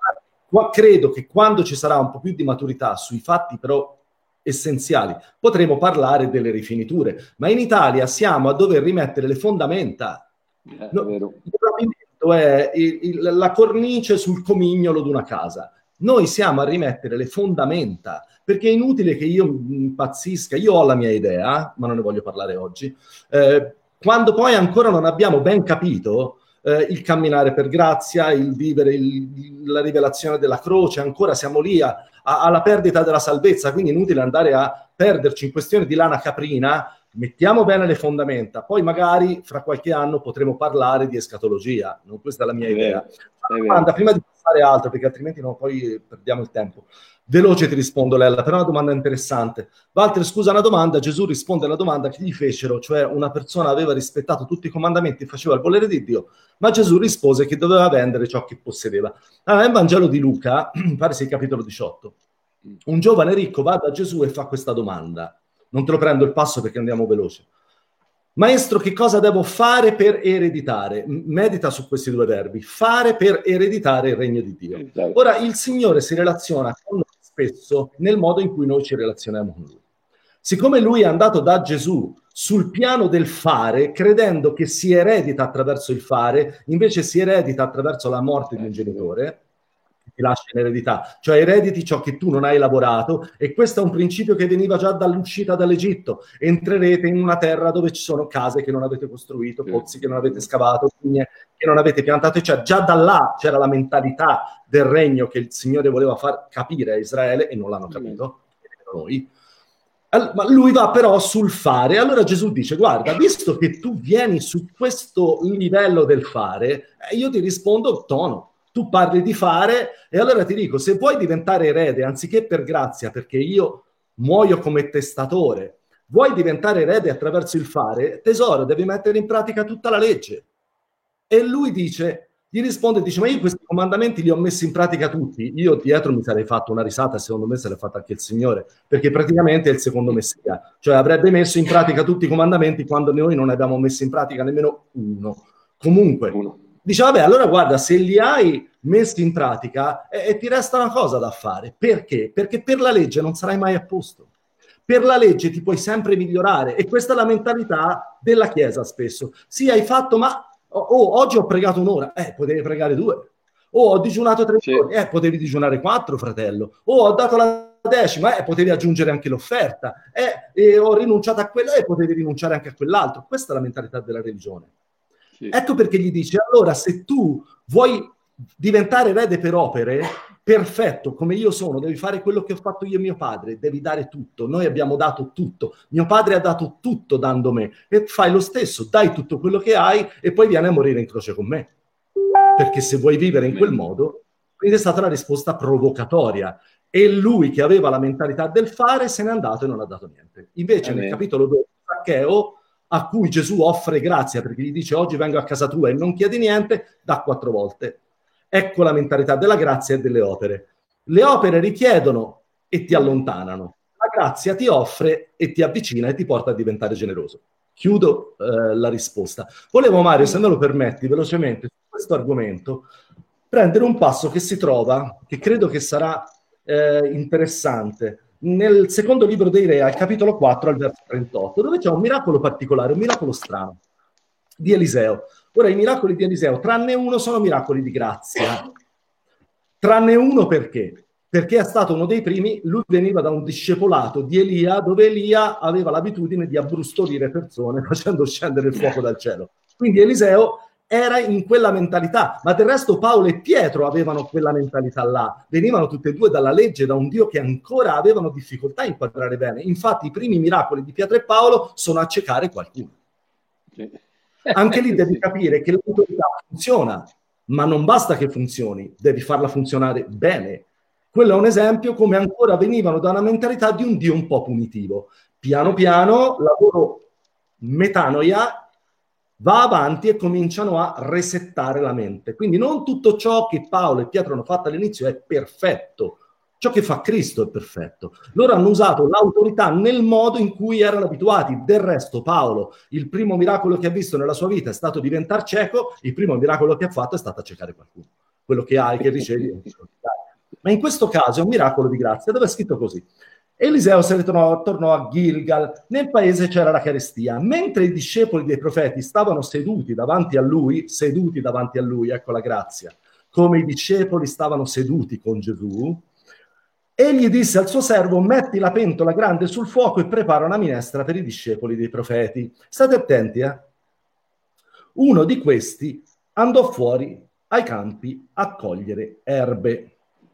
credo che quando ci sarà un po' più di maturità sui fatti però essenziali, potremo parlare delle rifiniture, ma in Italia siamo a dover rimettere le fondamenta. Il pavimento è la cornice sul comignolo di una casa. Noi siamo a rimettere le fondamenta, perché è inutile che io impazzisca, io ho la mia idea, ma non ne voglio parlare oggi, quando poi ancora non abbiamo ben capito il camminare per grazia, il vivere la rivelazione della croce, ancora siamo lì alla perdita della salvezza, quindi è inutile andare a perderci in questioni di lana caprina. Mettiamo bene le fondamenta, poi magari fra qualche anno potremo parlare di escatologia. Non, questa è la mia idea. Domanda, prima di passare a altro, perché altrimenti no, poi perdiamo il tempo. Veloce ti rispondo, Lella, però è una domanda interessante. Walter, scusa una domanda, Gesù risponde alla domanda che gli fecero, cioè una persona aveva rispettato tutti i comandamenti e faceva il volere di Dio, ma Gesù rispose che doveva vendere ciò che possedeva. Allora, nel Vangelo di Luca, pare sia il capitolo 18, un giovane ricco va da Gesù e fa questa domanda. Non te lo prendo il passo perché andiamo veloce. Maestro, che cosa devo fare per ereditare? Medita su questi due verbi, fare per ereditare il regno di Dio. Ora, il Signore si relaziona con noi spesso nel modo in cui noi ci relazioniamo con Lui. Siccome Lui è andato da Gesù sul piano del fare, credendo che si eredita attraverso il fare, invece si eredita attraverso la morte di un genitore, che ti lascia in eredità, cioè erediti ciò che tu non hai lavorato, e questo è un principio che veniva già dall'uscita dall'Egitto. Entrerete in una terra dove ci sono case che non avete costruito, pozzi che non avete scavato, vigne che non avete piantato, cioè già da là c'era la mentalità del regno che il Signore voleva far capire a Israele, e non l'hanno capito, noi. Ma lui va però sul fare. Allora Gesù dice: guarda, visto che tu vieni su questo livello del fare, io ti rispondo tono. Tu parli di fare, e allora ti dico: se vuoi diventare erede, anziché per grazia, perché io muoio come testatore, vuoi diventare erede attraverso il fare, tesoro, devi mettere in pratica tutta la legge. E lui dice, gli risponde, dice: ma io questi comandamenti li ho messi in pratica tutti. Io dietro mi sarei fatto una risata, secondo me se l'ha fatta anche il Signore, perché praticamente è il secondo Messia, cioè avrebbe messo in pratica tutti i comandamenti quando noi non ne abbiamo messi in pratica nemmeno uno. Comunque, dice: vabbè, allora guarda, se li hai messi in pratica ti resta una cosa da fare. Perché? Perché per la legge non sarai mai a posto. Per la legge ti puoi sempre migliorare, e questa è la mentalità della Chiesa spesso. Sì, hai fatto, ma oggi ho pregato un'ora, potevi pregare 2. Ho digiunato 3 giorni, potevi digiunare 4, fratello. Ho dato la 10ª, potevi aggiungere anche l'offerta. Ho rinunciato a quello, potevi rinunciare anche a quell'altro. Questa è la mentalità della religione. Sì. Ecco perché gli dice: allora, se tu vuoi diventare erede per opere, perfetto, come io sono, devi fare quello che ho fatto io e mio padre, devi dare tutto. Noi abbiamo dato tutto, mio padre ha dato tutto dando me, e fai lo stesso, dai tutto quello che hai e poi vieni a morire in croce con me, perché se vuoi vivere in quel modo. Quindi è stata la risposta provocatoria, e lui, che aveva la mentalità del fare, se n'è andato e non ha dato niente. Invece nel capitolo 2 Zaccheo, a cui Gesù offre grazia perché gli dice: oggi vengo a casa tua e non chiedi niente, dà 4 volte. Ecco la mentalità della grazia e delle opere. Le opere richiedono e ti allontanano. La grazia ti offre e ti avvicina e ti porta a diventare generoso. Chiudo la risposta. Volevo, Mario, se me lo permetti, velocemente su questo argomento, prendere un passo che si trova, che credo che sarà interessante, nel secondo libro dei Re, al capitolo 4, al verso 38, dove c'è un miracolo particolare, un miracolo strano di Eliseo. Ora, i miracoli di Eliseo, tranne uno, sono miracoli di grazia. Tranne uno perché? Perché è stato uno dei primi. Lui veniva da un discepolato di Elia, dove Elia aveva l'abitudine di abbrustolire persone facendo scendere il fuoco dal cielo. Quindi Eliseo era in quella mentalità, ma del resto Paolo e Pietro avevano quella mentalità là. Venivano tutte e due dalla legge, da un Dio che ancora avevano difficoltà a inquadrare bene. Infatti i primi miracoli di Pietro e Paolo sono accecare qualcuno. Anche lì devi capire che l'autorità funziona, ma non basta che funzioni, devi farla funzionare bene. Quello è un esempio come ancora venivano da una mentalità di un Dio un po' punitivo. Piano piano, lavoro metanoia, va avanti e cominciano a resettare la mente. Quindi non tutto ciò che Paolo e Pietro hanno fatto all'inizio è perfetto. Ciò che fa Cristo è perfetto. Loro hanno usato l'autorità nel modo in cui erano abituati. Del resto, Paolo, il primo miracolo che ha visto nella sua vita è stato diventare cieco, il primo miracolo che ha fatto è stato accecare qualcuno. Quello che hai, che ricevi. Ma in questo caso è un miracolo di grazia, dove è scritto così. Eliseo se ne tornò a Gilgal, nel paese c'era la carestia. Mentre i discepoli dei profeti stavano seduti davanti a lui, ecco la grazia, come i discepoli stavano seduti con Gesù, egli disse al suo servo: metti la pentola grande sul fuoco e prepara una minestra per i discepoli dei profeti. State attenti, Uno di questi andò fuori ai campi a cogliere erbe.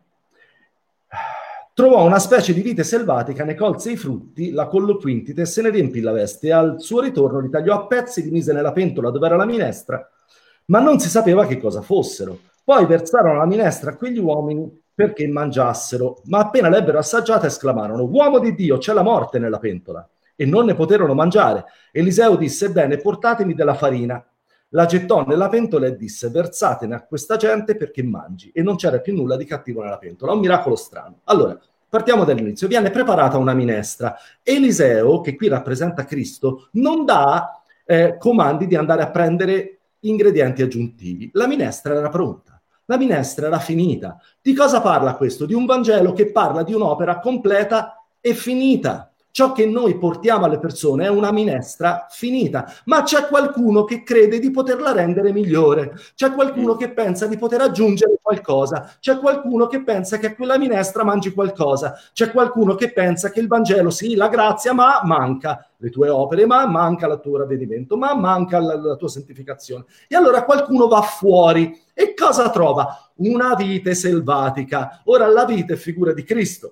Trovò una specie di vite selvatica, ne colse i frutti, la colloquintite e se ne riempì la veste. Al suo ritorno li tagliò a pezzi, li mise nella pentola dove era la minestra, ma non si sapeva che cosa fossero. Poi versarono la minestra a quegli uomini perché mangiassero, ma appena l'ebbero assaggiata esclamarono: uomo di Dio, c'è la morte nella pentola! E non ne poterono mangiare. Eliseo disse: bene, portatemi della farina. La gettò nella pentola e disse: versatene a questa gente perché mangi. E non c'era più nulla di cattivo nella pentola. Un miracolo strano. Allora, partiamo dall'inizio. Viene preparata una minestra. Eliseo, che qui rappresenta Cristo, non dà comandi di andare a prendere ingredienti aggiuntivi. La minestra era pronta. La minestra era finita. Di cosa parla questo? Di un Vangelo che parla di un'opera completa e finita. Ciò che noi portiamo alle persone è una minestra finita, ma c'è qualcuno che crede di poterla rendere migliore, c'è qualcuno che pensa di poter aggiungere qualcosa, c'è qualcuno che pensa che a quella minestra mangi qualcosa, c'è qualcuno che pensa che il Vangelo, sì, la grazia, ma manca le tue opere, ma manca il tuo ravvedimento, ma manca la tua santificazione. E allora qualcuno va fuori e cosa trova? Una vite selvatica. Ora la vite è figura di Cristo.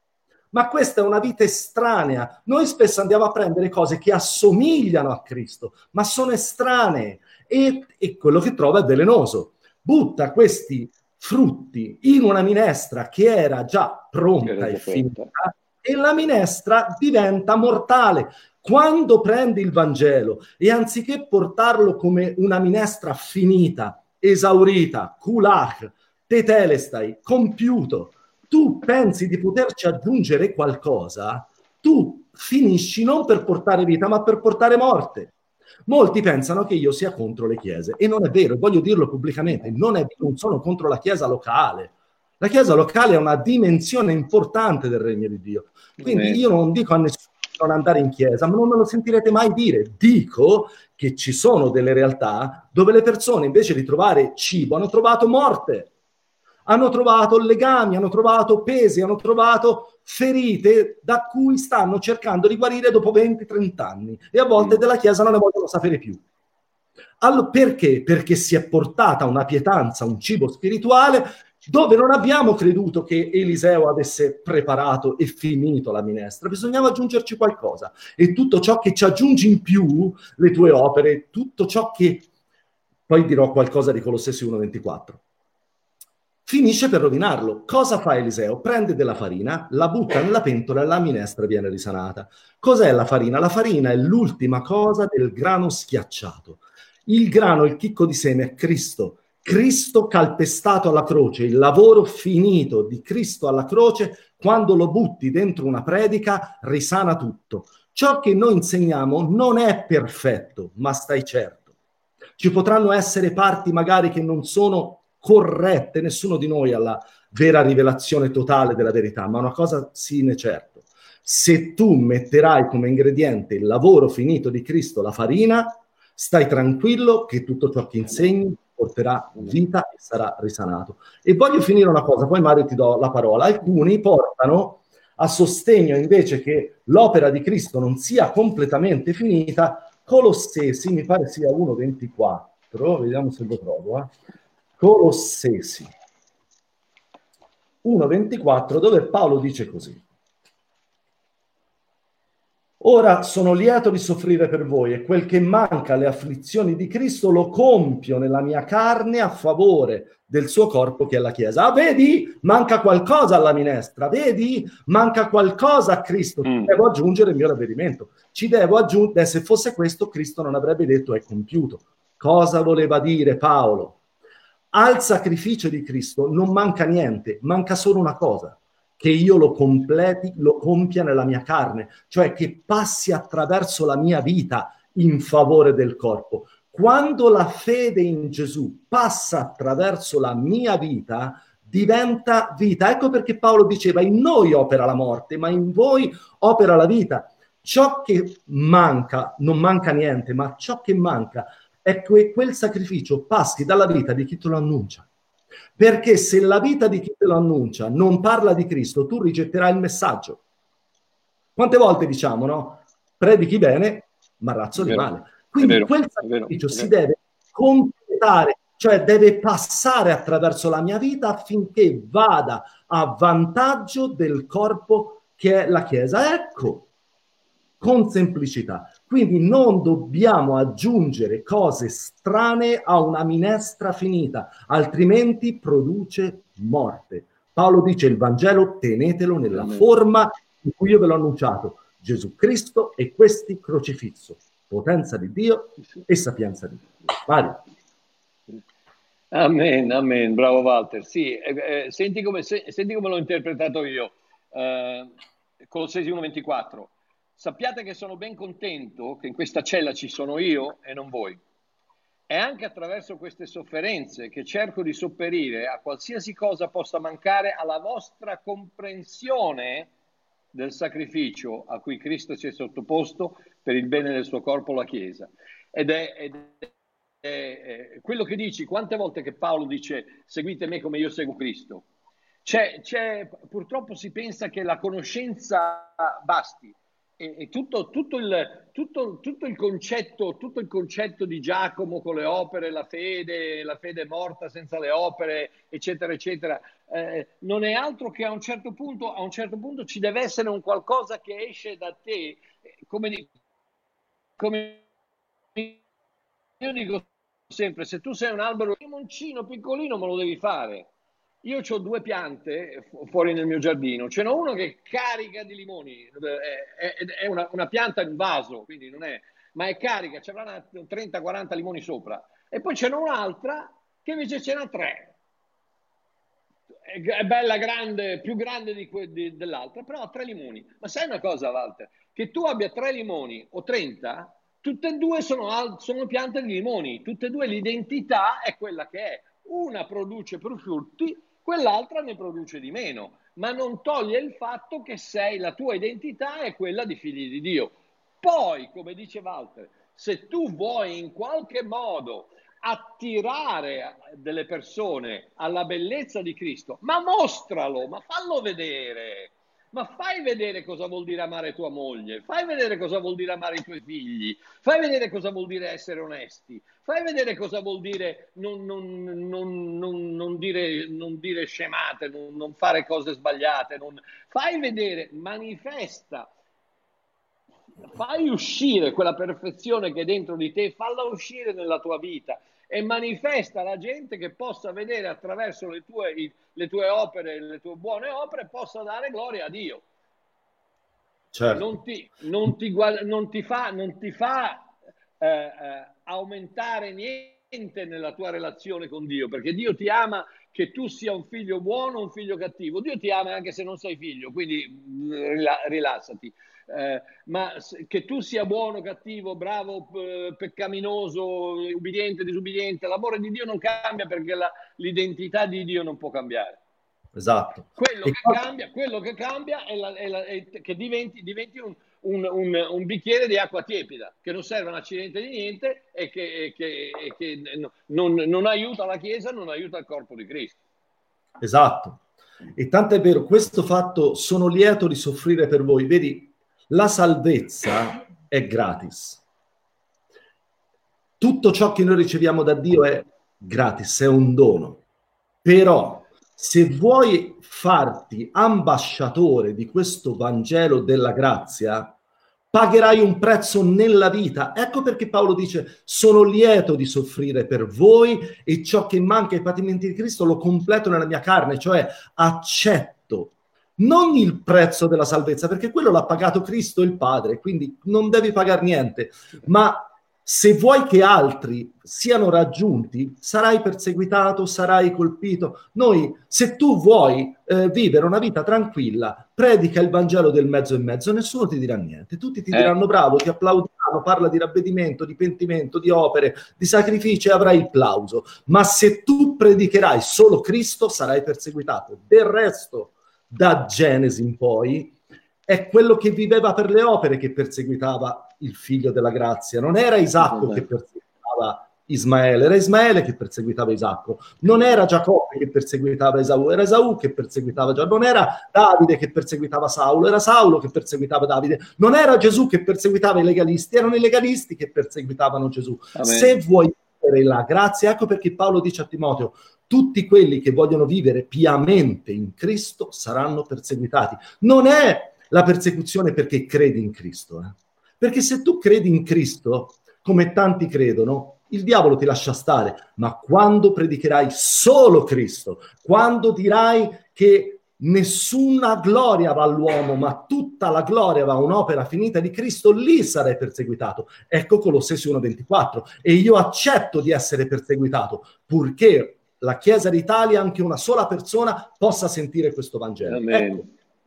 Ma questa è una vita estranea. Noi spesso andiamo a prendere cose che assomigliano a Cristo, ma sono estranee e quello che trova è velenoso. Butta questi frutti in una minestra che era già pronta e finita e la minestra diventa mortale. Quando prendi il Vangelo e anziché portarlo come una minestra finita, esaurita, kulach, tetelestai, compiuto, tu pensi di poterci aggiungere qualcosa, tu finisci non per portare vita, ma per portare morte. Molti pensano che io sia contro le chiese, e non è vero, voglio dirlo pubblicamente, non sono contro la chiesa locale. La chiesa locale è una dimensione importante del regno di Dio. Quindi io non dico a nessuno di non andare in chiesa, ma non me lo sentirete mai dire. Dico che ci sono delle realtà dove le persone, invece di trovare cibo, hanno trovato morte. Hanno trovato legami, hanno trovato pesi, hanno trovato ferite da cui stanno cercando di guarire dopo 20-30 anni e a volte della Chiesa non ne vogliono sapere più. Allora, perché? Perché si è portata una pietanza, un cibo spirituale dove non abbiamo creduto che Eliseo avesse preparato e finito la minestra, bisognava aggiungerci qualcosa e tutto ciò che ci aggiungi in più, le tue opere, tutto ciò che... Poi dirò qualcosa di Colossesi 1,24. Finisce per rovinarlo. Cosa fa Eliseo? Prende della farina, la butta nella pentola e la minestra viene risanata. Cos'è la farina? La farina è l'ultima cosa del grano schiacciato. Il grano, il chicco di seme è Cristo. Cristo calpestato alla croce, il lavoro finito di Cristo alla croce, quando lo butti dentro una predica, risana tutto. Ciò che noi insegniamo non è perfetto, ma stai certo. Ci potranno essere parti magari che non sono corrette, nessuno di noi ha la vera rivelazione totale della verità, ma una cosa sì ne certo: se tu metterai come ingrediente il lavoro finito di Cristo, la farina, stai tranquillo che tutto ciò che insegni porterà vita e sarà risanato. E voglio finire una cosa, poi Mario ti do la parola. Alcuni portano a sostegno invece che l'opera di Cristo non sia completamente finita Colossesi, mi pare sia 1,24, vediamo se lo trovo, Colossesi 1,24, dove Paolo dice così: ora sono lieto di soffrire per voi e quel che manca alle afflizioni di Cristo lo compio nella mia carne a favore del suo corpo che è la Chiesa. Ah, vedi? Manca qualcosa alla minestra, vedi? Manca qualcosa a Cristo. Devo aggiungere il mio ravvedimento. Ci devo aggiungere, se fosse questo, Cristo non avrebbe detto è compiuto. Cosa voleva dire Paolo? Al sacrificio di Cristo non manca niente, manca solo una cosa, che io lo completi, lo compia nella mia carne, cioè che passi attraverso la mia vita in favore del corpo. Quando la fede in Gesù passa attraverso la mia vita, diventa vita. Ecco perché Paolo diceva: in noi opera la morte, ma in voi opera la vita. Ciò che manca, non manca niente, ma ciò che manca è che quel sacrificio passi dalla vita di chi te lo annuncia. Perché se la vita di chi te lo annuncia non parla di Cristo, tu rigetterai il messaggio. Quante volte diciamo, no? Predichi bene, ma razzoli male. Quindi quel sacrificio si deve completare, cioè deve passare attraverso la mia vita affinché vada a vantaggio del corpo che è la Chiesa. Ecco, con semplicità. Quindi non dobbiamo aggiungere cose strane a una minestra finita, altrimenti produce morte. Paolo dice: il Vangelo tenetelo nella forma in cui io ve l'ho annunciato, Gesù Cristo e questi crocifisso, potenza di Dio e sapienza di Dio. Mario. Amen, amen, bravo Walter. Sì, senti come l'ho interpretato io. Colossesi 1:24. Sappiate che sono ben contento che in questa cella ci sono io e non voi. È anche attraverso queste sofferenze che cerco di sopperire a qualsiasi cosa possa mancare alla vostra comprensione del sacrificio a cui Cristo si è sottoposto per il bene del suo corpo, la Chiesa. Ed è quello che dici, quante volte che Paolo dice seguite me come io seguo Cristo. Purtroppo si pensa che la conoscenza basti. E tutto il concetto di Giacomo con le opere, la fede morta senza le opere, eccetera, eccetera, non è altro che a un certo punto ci deve essere un qualcosa che esce da te, come io dico sempre, se tu sei un albero limoncino piccolino me lo devi fare. Io ho 2 piante fuori nel mio giardino, ce n'è uno che carica di limoni, è una pianta in vaso, quindi non è, ma è carica, ci avranno 30-40 limoni sopra. E poi ce n'è un'altra che invece ce n'ha 3. È bella grande, più grande dell'altra, però ha 3 limoni. Ma sai una cosa, Walter? Che tu abbia 3 limoni o 30, tutte e 2 sono piante di limoni, tutte e 2 l'identità è quella che è. Una produce più frutti, quell'altra ne produce di meno, ma non toglie il fatto che la tua identità è quella di figli di Dio. Poi, come dice Walter, se tu vuoi in qualche modo attirare delle persone alla bellezza di Cristo, ma mostralo, ma fallo vedere. Ma fai vedere cosa vuol dire amare tua moglie, fai vedere cosa vuol dire amare i tuoi figli, fai vedere cosa vuol dire essere onesti, fai vedere cosa vuol dire non dire scemate, non fare cose sbagliate, fai vedere, manifesta, fai uscire quella perfezione che è dentro di te, falla uscire nella tua vita e manifesta alla gente che possa vedere attraverso le tue opere, le tue buone opere, possa dare gloria a Dio. Certo. Non ti fa aumentare niente nella tua relazione con Dio, perché Dio ti ama che tu sia un figlio buono o un figlio cattivo. Dio ti ama anche se non sei figlio, quindi rilassati. Ma che tu sia buono, cattivo, bravo, peccaminoso, ubbidiente, disubbidiente, l'amore di Dio non cambia perché l'identità di Dio non può cambiare. Esatto. Quello che cambia è che diventi un bicchiere di acqua tiepida che non serve a un accidente di niente e che non aiuta la Chiesa, non aiuta il corpo di Cristo. Esatto. E tanto è vero, questo fatto sono lieto di soffrire per voi. Vedi, la salvezza è gratis. Tutto ciò che noi riceviamo da Dio è gratis, è un dono. Però se vuoi farti ambasciatore di questo Vangelo della grazia, pagherai un prezzo nella vita. Ecco perché Paolo dice: sono lieto di soffrire per voi e ciò che manca ai patimenti di Cristo lo completo nella mia carne, cioè accetto non il prezzo della salvezza, perché quello l'ha pagato Cristo il Padre, quindi non devi pagare niente, ma se vuoi che altri siano raggiunti, sarai perseguitato, sarai colpito. Noi, se tu vuoi vivere una vita tranquilla, predica il Vangelo del mezzo e mezzo, nessuno ti dirà niente. Tutti ti diranno bravo, ti applaudiranno, parla di ravvedimento, di pentimento, di opere, di sacrifici, e avrai il plauso. Ma se tu predicherai solo Cristo, sarai perseguitato. Del resto, da Genesi in poi, è quello che viveva per le opere che perseguitava il figlio della grazia. Non era Isacco che perseguitava Ismaele, era Ismaele che perseguitava Isacco. Non era Giacobbe che perseguitava Esaù, era Esaù che perseguitava Giacobbe. Non era Davide che perseguitava Saulo, era Saulo che perseguitava Davide. Non era Gesù che perseguitava i legalisti, erano i legalisti che perseguitavano Gesù. Amen. Se vuoi vivere la grazia, ecco perché Paolo dice a Timoteo: tutti quelli che vogliono vivere piamente in Cristo saranno perseguitati. Non è la persecuzione perché credi in Cristo, perché se tu credi in Cristo, come tanti credono, il diavolo ti lascia stare, ma quando predicherai solo Cristo, quando dirai che nessuna gloria va all'uomo, ma tutta la gloria va a un'opera finita di Cristo, lì sarai perseguitato. Ecco Colossesi 1,24. E io accetto di essere perseguitato, purché la Chiesa d'Italia, anche una sola persona, possa sentire questo Vangelo. Amen. Ecco.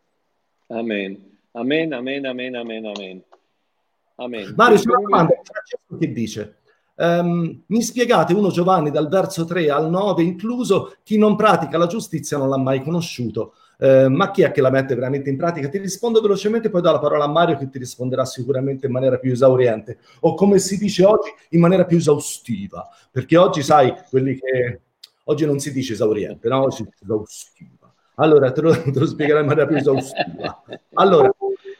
Amen. Amen, amen, amen, amen, amen. Amen. Mario, c'è una domanda, Francesco che dice: mi spiegate 1 Giovanni dal verso 3 al 9 incluso, chi non pratica la giustizia non l'ha mai conosciuto. Ma chi è che la mette veramente in pratica? Ti rispondo velocemente, poi do la parola a Mario che ti risponderà sicuramente in maniera più esauriente, o come si dice oggi, in maniera più esaustiva, perché oggi sai, quelli che oggi non si dice esauriente, no? Si dice esaustiva. Allora, te lo spiegherò in maniera più esaustiva. Allora,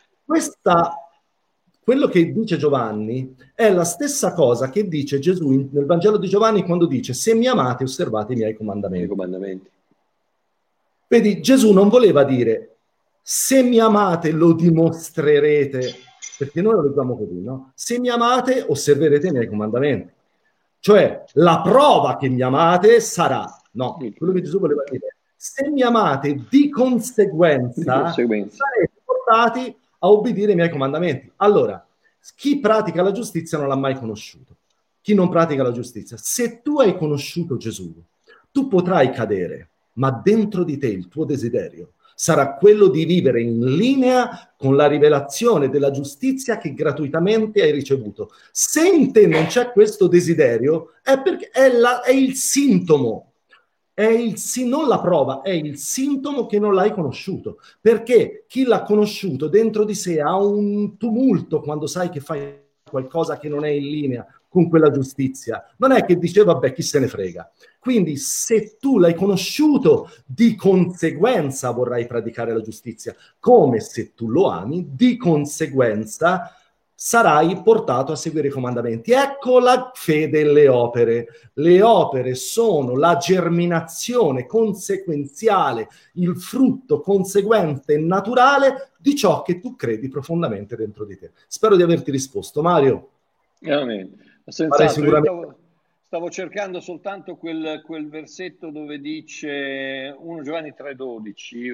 quello che dice Giovanni è la stessa cosa che dice Gesù nel Vangelo di Giovanni quando dice: se mi amate, osservate i miei comandamenti. Vedi, Gesù non voleva dire: se mi amate, lo dimostrerete, perché noi lo leggiamo così, no? Se mi amate, osserverete i miei comandamenti. Cioè, la prova che mi amate sarà, no, quello che Gesù voleva dire: se mi amate, di conseguenza sarete portati a obbedire ai miei comandamenti. Allora, chi pratica la giustizia non l'ha mai conosciuto. Chi non pratica la giustizia, se tu hai conosciuto Gesù, tu potrai cadere, ma dentro di te il tuo desiderio sarà quello di vivere in linea con la rivelazione della giustizia che gratuitamente hai ricevuto. Se in te non c'è questo desiderio, è perché è il sintomo. Non la prova, è il sintomo che non l'hai conosciuto, perché chi l'ha conosciuto dentro di sé ha un tumulto quando sai che fai qualcosa che non è in linea con quella giustizia. Non è che dice vabbè, chi se ne frega. Quindi se tu l'hai conosciuto, di conseguenza vorrai praticare la giustizia, come se tu lo ami, di conseguenza sarai portato a seguire i comandamenti. Ecco la fede e le opere. Le opere sono la germinazione conseguenziale, il frutto conseguente e naturale di ciò che tu credi profondamente dentro di te. Spero di averti risposto, Mario. Senz'altro. Stavo cercando soltanto quel versetto dove dice 1 Giovanni 3,12.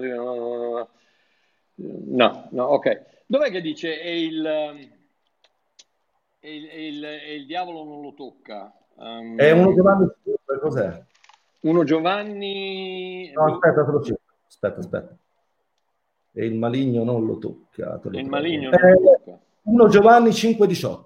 No, ok. Dov'è che dice e il diavolo non lo tocca? È 1 Giovanni, cos'è? 1 Giovanni... No, aspetta, te lo cerco. Aspetta. E il maligno non lo tocca. Il maligno non lo tocca. 1 Giovanni 5,18.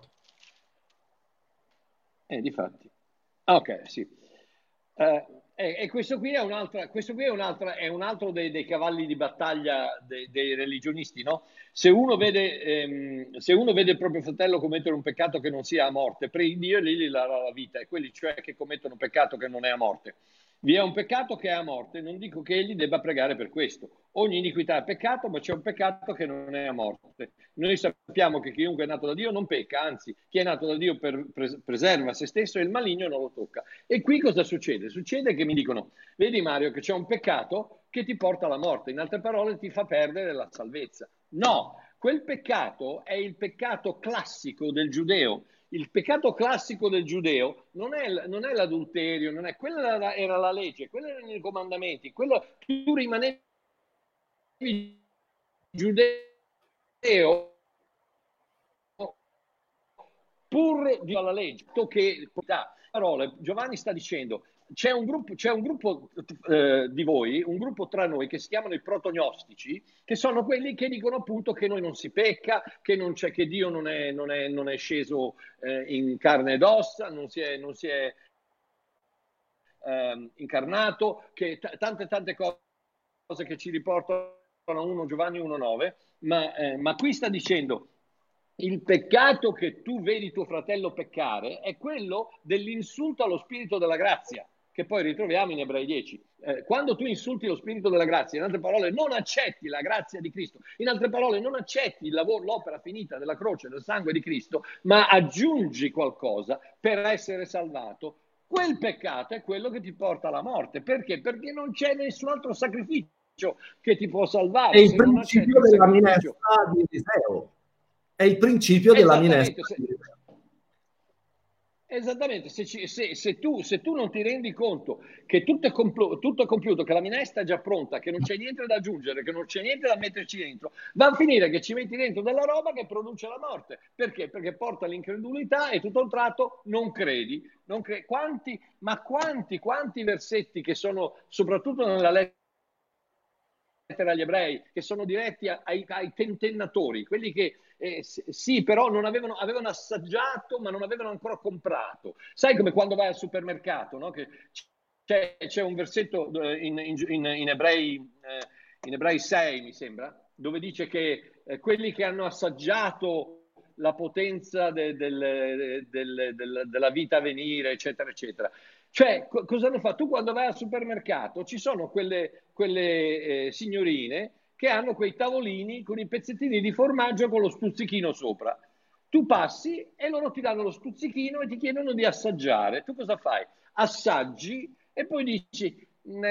Difatti. Ok, sì. E questo qui è un altro dei cavalli di battaglia dei religionisti, no? Se uno vede il proprio fratello commettere un peccato che non sia a morte, prendi Dio e gli darà la vita, e quelli cioè che commettono un peccato che non è a morte. Vi è un peccato che è a morte, non dico che egli debba pregare per questo. Ogni iniquità è peccato, ma c'è un peccato che non è a morte. Noi sappiamo che chiunque è nato da Dio non pecca, anzi, chi è nato da Dio preserva se stesso e il maligno non lo tocca. E qui cosa succede? Succede che mi dicono: vedi Mario che c'è un peccato che ti porta alla morte, in altre parole ti fa perdere la salvezza. No, Quel peccato è il peccato classico del giudeo. Il peccato classico del giudeo non è l'adulterio, non è, quella era la legge, quelli erano i comandamenti, quello tu rimanevi giudeo pur di alla legge, che parole. Giovanni sta dicendo c'è un gruppo di voi, un gruppo tra noi che si chiamano i protognostici, che sono quelli che dicono appunto che noi non si pecca, che non c'è, che Dio non è sceso in carne ed ossa, non si è incarnato, che tante cose che ci riportano a 1 Giovanni 1,9, ma qui sta dicendo il peccato che tu vedi tuo fratello peccare è quello dell'insulto allo spirito della grazia, che poi ritroviamo in Ebrei 10. Quando tu insulti lo spirito della grazia, in altre parole non accetti la grazia di Cristo, in altre parole non accetti il lavoro, l'opera finita della croce, del sangue di Cristo, ma aggiungi qualcosa per essere salvato, quel peccato è quello che ti porta alla morte. Perché? Perché non c'è nessun altro sacrificio che ti può salvare. È il principio della minestra di Eliseo. È il principio della minestra. Esattamente, se tu non ti rendi conto che tutto è compiuto, che la minestra è già pronta, che non c'è niente da aggiungere, che non c'è niente da metterci dentro, va a finire che ci metti dentro della roba che produce la morte. Perché? Perché porta all'incredulità e tutto a un tratto non credi. Quanti versetti che sono soprattutto nella lettera agli ebrei, che sono diretti ai tentennatori, quelli che sì, però avevano assaggiato, ma non avevano ancora comprato. Sai come quando vai al supermercato, no? Che c'è un versetto in Ebrei 6, mi sembra, dove dice che quelli che hanno assaggiato la potenza della vita a venire, eccetera, eccetera. Cioè, cosa hanno fatto? Tu quando vai al supermercato ci sono quelle signorine che hanno quei tavolini con i pezzettini di formaggio con lo stuzzichino sopra. Tu passi e loro ti danno lo stuzzichino e ti chiedono di assaggiare. Tu cosa fai? Assaggi e poi dici,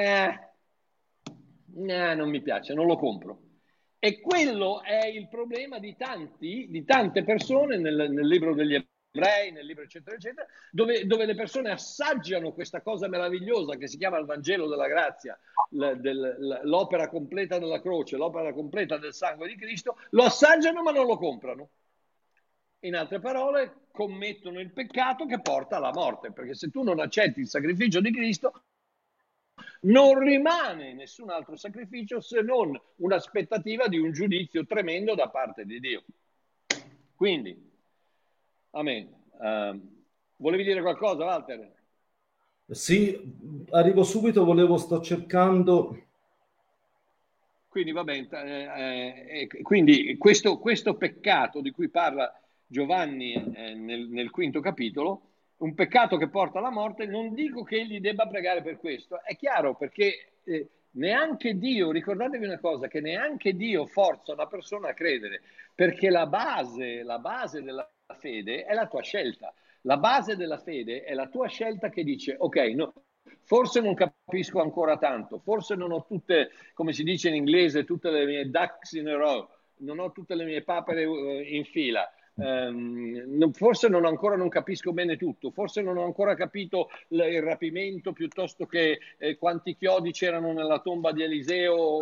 non mi piace, non lo compro. E quello è il problema di tante persone nel libro degli ebrei, nel libro eccetera eccetera, dove le persone assaggiano questa cosa meravigliosa che si chiama il Vangelo della grazia, l'opera completa della croce, l'opera completa del sangue di Cristo, lo assaggiano ma non lo comprano. In altre parole, commettono il peccato che porta alla morte, perché se tu non accetti il sacrificio di Cristo, non rimane nessun altro sacrificio se non un'aspettativa di un giudizio tremendo da parte di Dio. Quindi, amen. Volevi dire qualcosa, Walter? Sì, arrivo subito, sto cercando. Quindi va bene, quindi questo peccato di cui parla Giovanni nel quinto capitolo, un peccato che porta alla morte, non dico che egli debba pregare per questo, è chiaro, perché neanche Dio, ricordatevi una cosa, che neanche Dio forza una persona a credere, perché la base della fede è la tua scelta. La base della fede è la tua scelta che dice, ok, no, forse non capisco ancora tanto, forse non ho tutte, come si dice in inglese, tutte le mie ducks in a row, non ho tutte le mie papere in fila, forse non capisco bene tutto, forse non ho ancora capito il rapimento piuttosto che quanti chiodi c'erano nella tomba di Eliseo,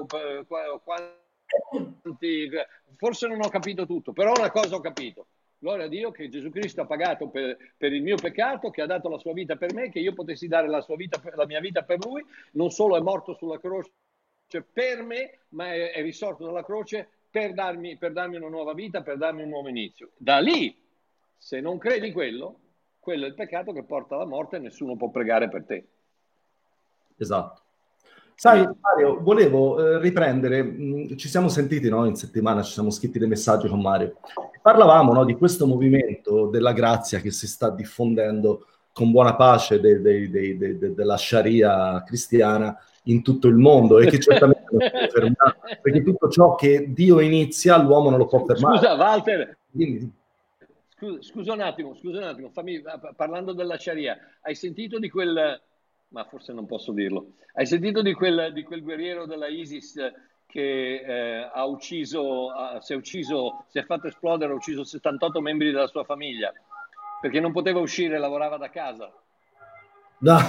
forse non ho capito tutto, però una cosa ho capito. Gloria a Dio che Gesù Cristo ha pagato per il mio peccato, che ha dato la sua vita per me, che io potessi dare la mia vita per lui. Non solo è morto sulla croce per me, ma è risorto dalla croce per darmi una nuova vita, per darmi un nuovo inizio. Da lì, se non credi quello è il peccato che porta alla morte e nessuno può pregare per te. Esatto. Sai, Mario, volevo riprendere, ci siamo sentiti, no? In settimana ci siamo scritti dei messaggi con Mario. Parlavamo, no, di questo movimento della grazia che si sta diffondendo con buona pace della Sharia cristiana in tutto il mondo e che certamente non si può fermare, perché tutto ciò che Dio inizia l'uomo non lo può fermare. Scusa, Walter. Scusa un attimo, parlando della Sharia, hai sentito di quel... ma forse non posso dirlo. Hai sentito di quel guerriero della ISIS che si è fatto esplodere, ha ucciso 78 membri della sua famiglia perché non poteva uscire, lavorava da casa. No.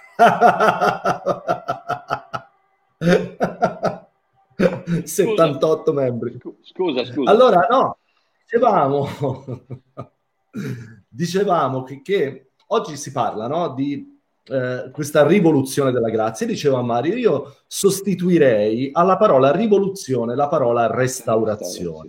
78 membri. Scusa. Allora, no, dicevamo che oggi si parla, no, di questa rivoluzione della grazia. Diceva Mario, io sostituirei alla parola rivoluzione la parola restaurazione.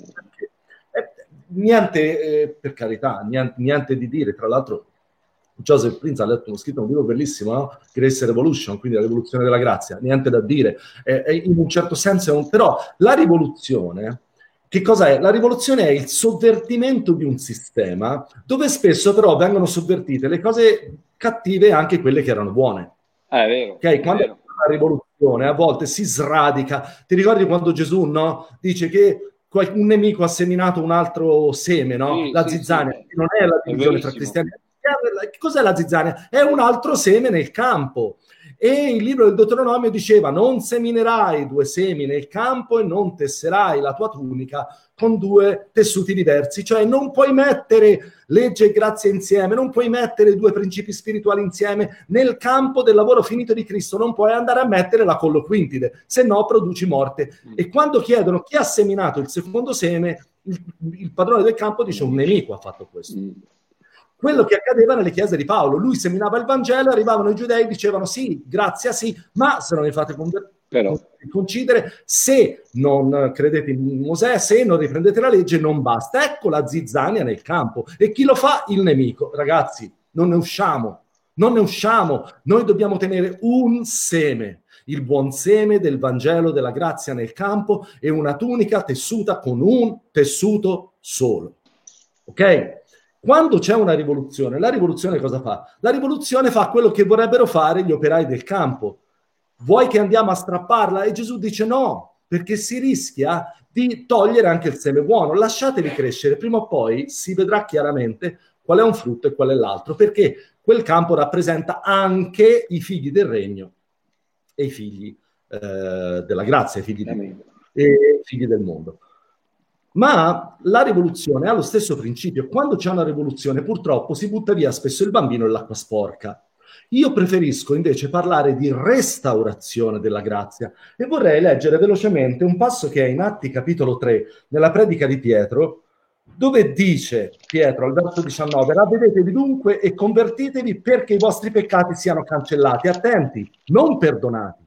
Niente, per carità, niente di dire. Tra l'altro Joseph Prince ha letto uno scritto, un libro bellissimo, no? Grace Revolution, quindi la rivoluzione della grazia, niente da dire. In un certo senso però la rivoluzione, che cosa è? La rivoluzione è il sovvertimento di un sistema dove spesso però vengono sovvertite le cose cattive e anche quelle che erano buone. È vero. Okay? Quando è una rivoluzione a volte si sradica. Ti ricordi quando Gesù, no, dice che un nemico ha seminato un altro seme, no? Sì, la zizzania, sì. Non è la divisione tra cristiani. Cos'è la zizzania? È un altro seme nel campo. E il libro del Deuteronomio diceva: non seminerai 2 semi nel campo e non tesserai la tua tunica con 2 tessuti diversi. Cioè non puoi mettere legge e grazia insieme, non puoi mettere 2 principi spirituali insieme nel campo del lavoro finito di Cristo. Non puoi andare a mettere la colloquintide, se no produci morte. E quando chiedono chi ha seminato il secondo seme, il padrone del campo dice: un nemico ha fatto questo. Quello che accadeva nelle chiese di Paolo: lui seminava il Vangelo, arrivavano i giudei e dicevano sì, grazia sì, ma se non vi fate concidere, se non credete in Mosè, se non riprendete la legge, non basta. Ecco la zizzania nel campo. E chi lo fa? Il nemico. Ragazzi, non ne usciamo, noi dobbiamo tenere un seme, il buon seme del Vangelo della grazia nel campo, e una tunica tessuta con un tessuto solo. Ok? Quando c'è una rivoluzione, la rivoluzione cosa fa? La rivoluzione fa quello che vorrebbero fare gli operai del campo. Vuoi che andiamo a strapparla? E Gesù dice no, perché si rischia di togliere anche il seme buono. Lasciateli crescere, prima o poi si vedrà chiaramente qual è un frutto e qual è l'altro, perché quel campo rappresenta anche i figli del regno e i figli della grazia, i figli del mondo. Ma la rivoluzione ha lo stesso principio. Quando c'è una rivoluzione, purtroppo si butta via spesso il bambino e l'acqua sporca. Io preferisco invece parlare di restaurazione della grazia, e vorrei leggere velocemente un passo che è in Atti capitolo 3, nella predica di Pietro, dove dice Pietro al verso 19: ravvedetevi dunque e convertitevi perché i vostri peccati siano cancellati. Attenti, non perdonati,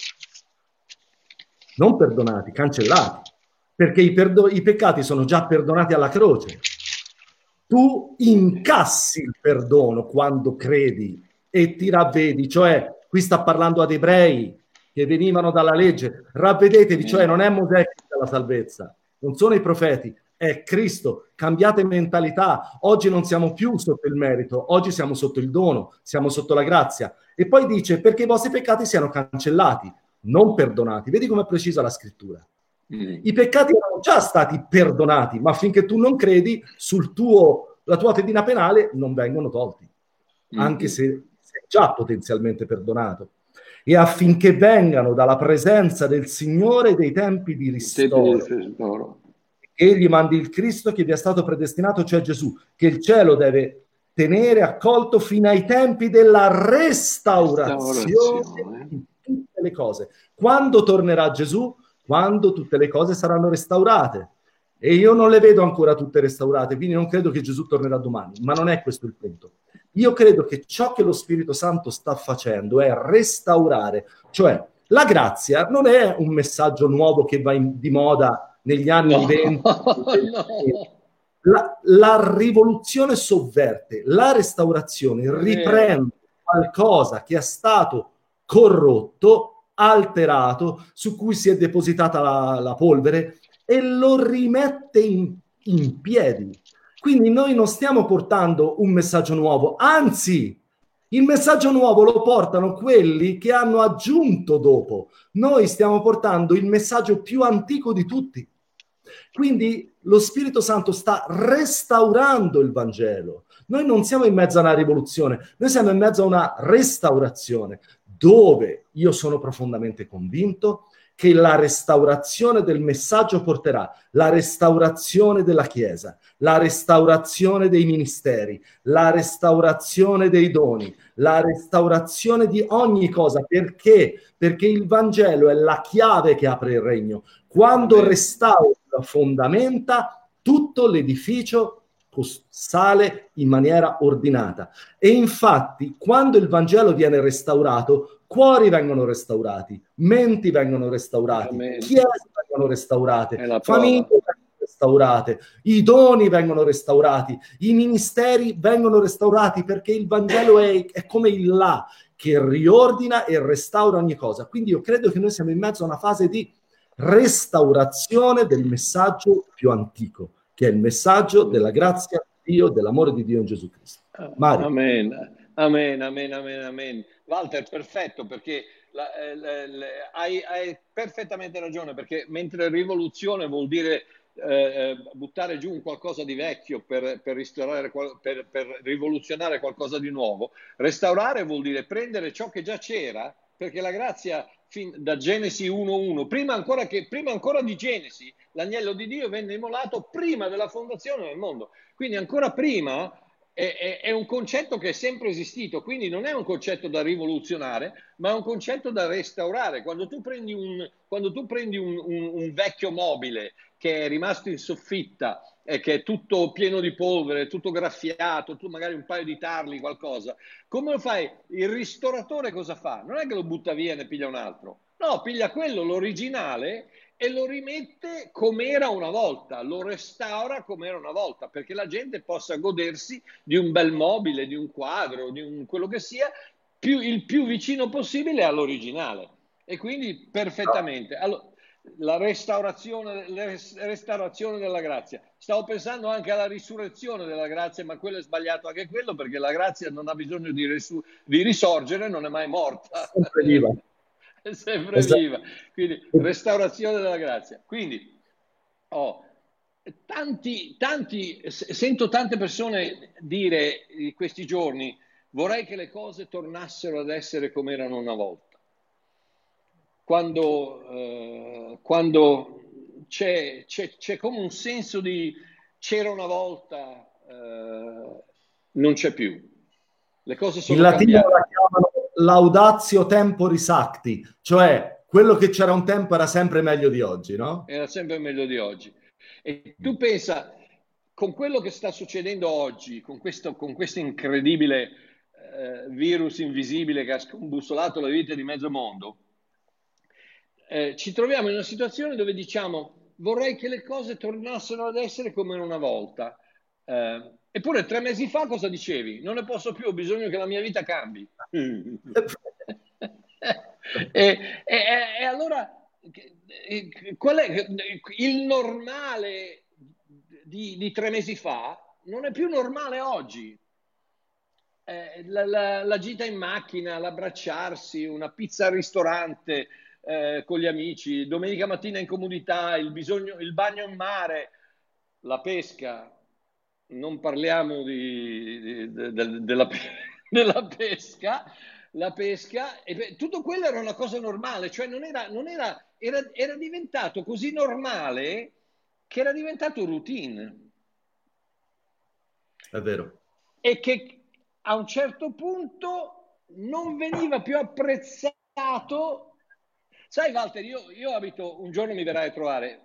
cancellati. Perché i peccati sono già perdonati alla croce. Tu incassi il perdono quando credi e ti ravvedi, cioè qui sta parlando ad ebrei che venivano dalla legge. Ravvedetevi, cioè non è Mosè che dà la salvezza, non sono i profeti, è Cristo. Cambiate mentalità. Oggi non siamo più sotto il merito, oggi siamo sotto il dono, siamo sotto la grazia. E poi dice: perché i vostri peccati siano cancellati, non perdonati. Vedi com'è precisa la scrittura. I peccati erano già stati perdonati, ma finché tu non credi, la tua fedina penale non vengono tolti, anche se sei già potenzialmente perdonato. E affinché vengano dalla presenza del Signore dei tempi di ristoro, egli mandi il Cristo che vi è stato predestinato, cioè Gesù, che il cielo deve tenere accolto fino ai tempi della restaurazione di tutte le cose. Quando tornerà Gesù? Quando tutte le cose saranno restaurate. E io non le vedo ancora tutte restaurate, quindi non credo che Gesù tornerà domani, ma non è questo il punto. Io credo che ciò che lo Spirito Santo sta facendo è restaurare, cioè la grazia non è un messaggio nuovo che va di moda negli anni 20. La rivoluzione sovverte, la restaurazione riprende qualcosa che è stato corrotto, alterato, su cui si è depositata la polvere, e lo rimette in piedi. Quindi noi non stiamo portando un messaggio nuovo, anzi il messaggio nuovo lo portano quelli che hanno aggiunto dopo. Noi stiamo portando il messaggio più antico di tutti. Quindi lo Spirito Santo sta restaurando il Vangelo. Noi non siamo in mezzo a una rivoluzione, noi siamo in mezzo a una restaurazione, dove io sono profondamente convinto che la restaurazione del messaggio porterà, la restaurazione della Chiesa, la restaurazione dei ministeri, la restaurazione dei doni, la restaurazione di ogni cosa. Perché? Perché il Vangelo è la chiave che apre il regno. Quando restaura fondamenta, tutto l'edificio sale in maniera ordinata. E infatti, quando il Vangelo viene restaurato, cuori vengono restaurati, menti vengono restaurati, chiese vengono restaurate, famiglie vengono restaurate, i doni vengono restaurati, i ministeri vengono restaurati, perché il Vangelo è come il là che riordina e restaura ogni cosa. Quindi io credo che noi siamo in mezzo a una fase di restaurazione del messaggio più antico, che è il messaggio della grazia di Dio, dell'amore di Dio in Gesù Cristo. Mario. Amen, amen, amen, amen, amen. Walter, perfetto, perché hai perfettamente ragione, perché mentre rivoluzione vuol dire buttare giù un qualcosa di vecchio per ristorare, per rivoluzionare qualcosa di nuovo, restaurare vuol dire prendere ciò che già c'era, perché la grazia da Genesi 1.1, prima ancora di Genesi, l'agnello di Dio venne immolato prima della fondazione del mondo. Quindi ancora prima è un concetto che è sempre esistito, quindi non è un concetto da rivoluzionare, ma è un concetto da restaurare. Quando tu prendi un vecchio mobile che è rimasto in soffitta e che è tutto pieno di polvere, tutto graffiato, tu magari un paio di tarli, qualcosa, come lo fai? Il ristoratore cosa fa? Non è che lo butta via e ne piglia un altro. No, piglia quello, l'originale, e lo rimette come era una volta, lo restaura come era una volta, perché la gente possa godersi di un bel mobile, di un quadro, di quello che sia, il più vicino possibile all'originale. E quindi perfettamente. Allora, la restaurazione della grazia. Stavo pensando anche alla risurrezione della grazia, ma quello è sbagliato anche quello, perché la grazia non ha bisogno di risorgere, non è mai morta. Sempre viva. È sempre viva. Quindi restaurazione della grazia. Quindi sento tante persone dire in questi giorni: vorrei che le cose tornassero ad essere come erano una volta. Quando c'è come un senso di c'era una volta, non c'è più. Le cose sono cambiate. In latino la chiamano laudatio temporis acti, cioè quello che c'era un tempo era sempre meglio di oggi, no? Era sempre meglio di oggi. E tu pensa, con quello che sta succedendo oggi, con questo incredibile virus invisibile che ha scombussolato la vita di mezzo mondo, ci troviamo in una situazione dove diciamo: vorrei che le cose tornassero ad essere come una volta. Eppure 3 mesi fa cosa dicevi? Non ne posso più, ho bisogno che la mia vita cambi. E allora qual è il normale di 3 mesi fa? Non è più normale oggi. La gita in macchina, l'abbracciarsi, una pizza al ristorante con gli amici, domenica mattina in comunità, il bagno in mare, la pesca. Non parliamo della pesca. La pesca, e tutto quello era una cosa normale, cioè era diventato così normale che era diventato routine. È vero. E che a un certo punto non veniva più apprezzato. Sai, Walter, io abito, un giorno mi verrai a trovare,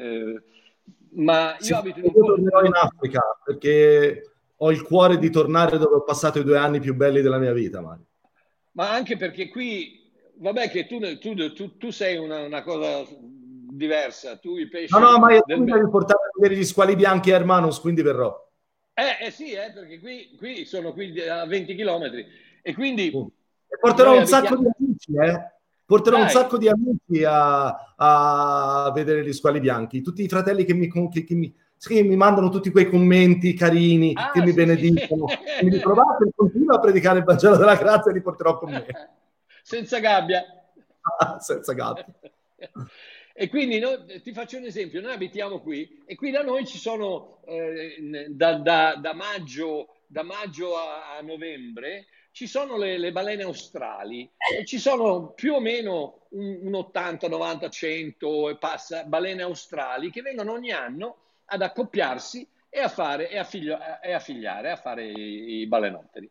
ma io abito in un posto. Io tornerò in Africa perché ho il cuore di tornare dove ho passato i 2 anni più belli della mia vita, Mario. Ma anche perché qui, vabbè, che tu sei una cosa diversa, tu i pesci... No, ma io mi devi portare a vedere gli squali bianchi a Hermanus, quindi verrò. Sì, perché qui sono a 20 chilometri e quindi... E porterò un sacco di amici, Porterò un sacco di amici a vedere gli squali bianchi, tutti i fratelli che mi mandano tutti quei commenti carini, che mi benedicono. Sì. Mi ritrovate e continuo a predicare il Vangelo della grazia e li porterò con me. Senza gabbia. Senza gabbia. E quindi ti faccio un esempio, noi abitiamo qui e qui da noi ci sono da maggio a novembre ci sono le balene australi e ci sono più o meno un 80, 90, 100 e passa balene australi che vengono ogni anno ad accoppiarsi e a figliare, a fare i balenotteri.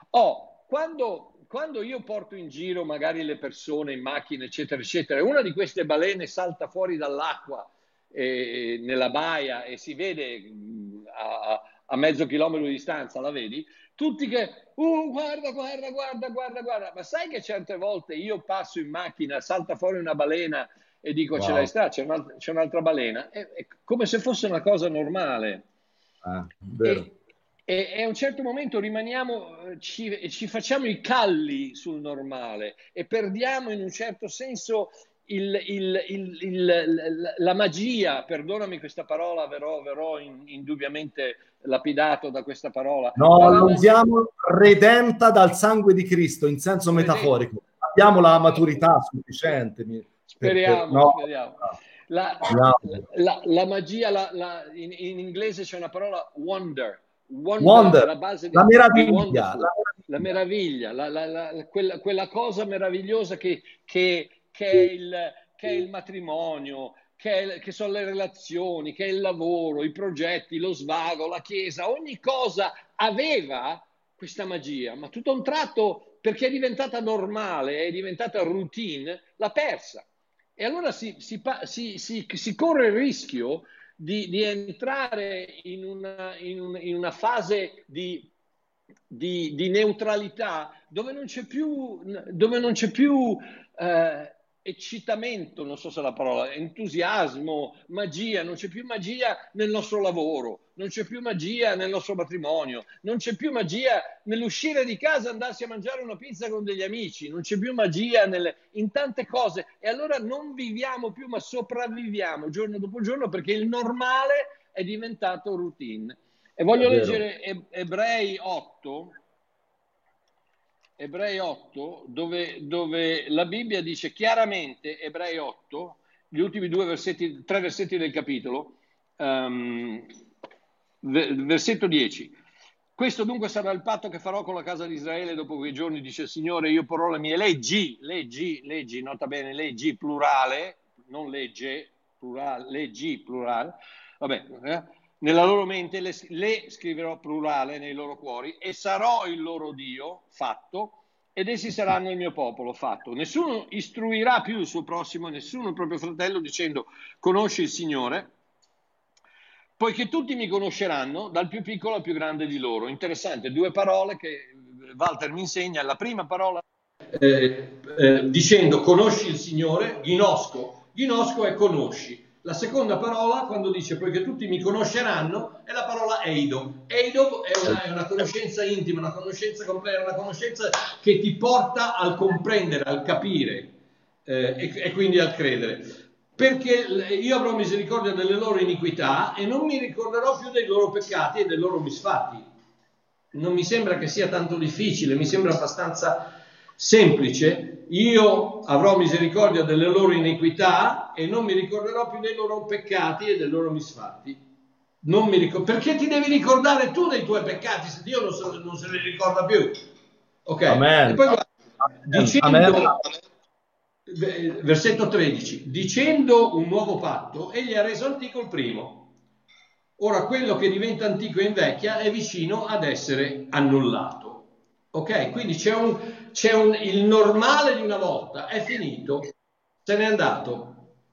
Quando io porto in giro magari le persone in macchina, eccetera, eccetera, e una di queste balene salta fuori dall'acqua nella baia e si vede a mezzo chilometro di distanza, la vedi? Tutti che, guarda, ma sai che certe volte io passo in macchina, salta fuori una balena e dico, ce l'hai sta, c'è un'altra balena, è come se fosse una cosa normale. Vero. E a un certo momento rimaniamo, ci facciamo i calli sul normale e perdiamo in un certo senso la magia, perdonami questa parola, verrò indubbiamente lapidato da questa parola. No, lo usiamo redenta dal sangue di Cristo in senso metaforico. Abbiamo la maturità sufficiente. Speriamo. La magia, in inglese c'è una parola wonder, la base la meraviglia, la meraviglia, quella cosa meravigliosa che è il matrimonio, che sono le relazioni, che è il lavoro, i progetti, lo svago, la chiesa, ogni cosa aveva questa magia, ma tutto a un tratto, perché è diventata normale, è diventata routine, l'ha persa. E allora si corre il rischio di entrare in una fase di neutralità dove non c'è più eccitamento, non so se la parola, entusiasmo, magia, non c'è più magia nel nostro lavoro, non c'è più magia nel nostro matrimonio, non c'è più magia nell'uscire di casa e andarsi a mangiare una pizza con degli amici, non c'è più magia in tante cose, e allora non viviamo più ma sopravviviamo giorno dopo giorno perché il normale è diventato routine. E voglio leggere Ebrei 8, dove la Bibbia dice chiaramente, Ebrei 8, gli ultimi 3 versetti del capitolo, versetto 10. Questo dunque sarà il patto che farò con la casa di Israele dopo quei giorni, dice il Signore, io porrò le mie leggi, nota bene, leggi, plurale, non legge, plurale, leggi, plurale, nella loro mente le scriverò plurale nei loro cuori e sarò il loro Dio, fatto, ed essi saranno il mio popolo, fatto. Nessuno istruirà più il suo prossimo, nessuno il proprio fratello, dicendo conosci il Signore, poiché tutti mi conosceranno, dal più piccolo al più grande di loro. Interessante, 2 parole che Walter mi insegna. La prima parola dicendo conosci il Signore, gnosco è conosci. La seconda parola, quando dice poiché tutti mi conosceranno, è la parola eido. Eido è una conoscenza intima, una conoscenza completa, una conoscenza che ti porta al comprendere, al capire e quindi al credere. Perché io avrò misericordia delle loro iniquità e non mi ricorderò più dei loro peccati e dei loro misfatti. Non mi sembra che sia tanto difficile, mi sembra abbastanza semplice. Io avrò misericordia delle loro iniquità e non mi ricorderò più dei loro peccati e dei loro misfatti. Perché ti devi ricordare tu dei tuoi peccati se Dio non se li ricorda più? Ok. Amen. E poi dicendo, Amen. versetto 13, dicendo un nuovo patto, egli ha reso antico il primo. Ora quello che diventa antico e invecchia è vicino ad essere annullato. Ok? Quindi il normale di una volta è finito, se n'è andato.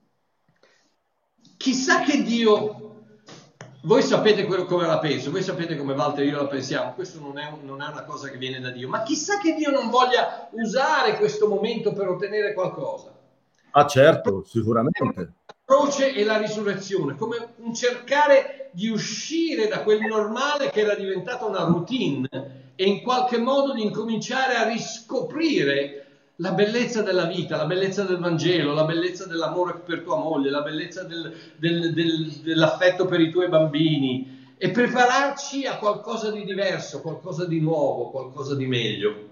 Chissà che Dio, voi sapete come la penso, voi sapete come Walter e io la pensiamo, questo non è una cosa che viene da Dio, ma chissà che Dio non voglia usare questo momento per ottenere qualcosa. Ah certo, sicuramente. La croce e la risurrezione, come un cercare di uscire da quel normale che era diventata una routine e in qualche modo di incominciare a riscoprire la bellezza della vita, la bellezza del Vangelo, la bellezza dell'amore per tua moglie, la bellezza dell'affetto per i tuoi bambini e prepararci a qualcosa di diverso, qualcosa di nuovo, qualcosa di meglio.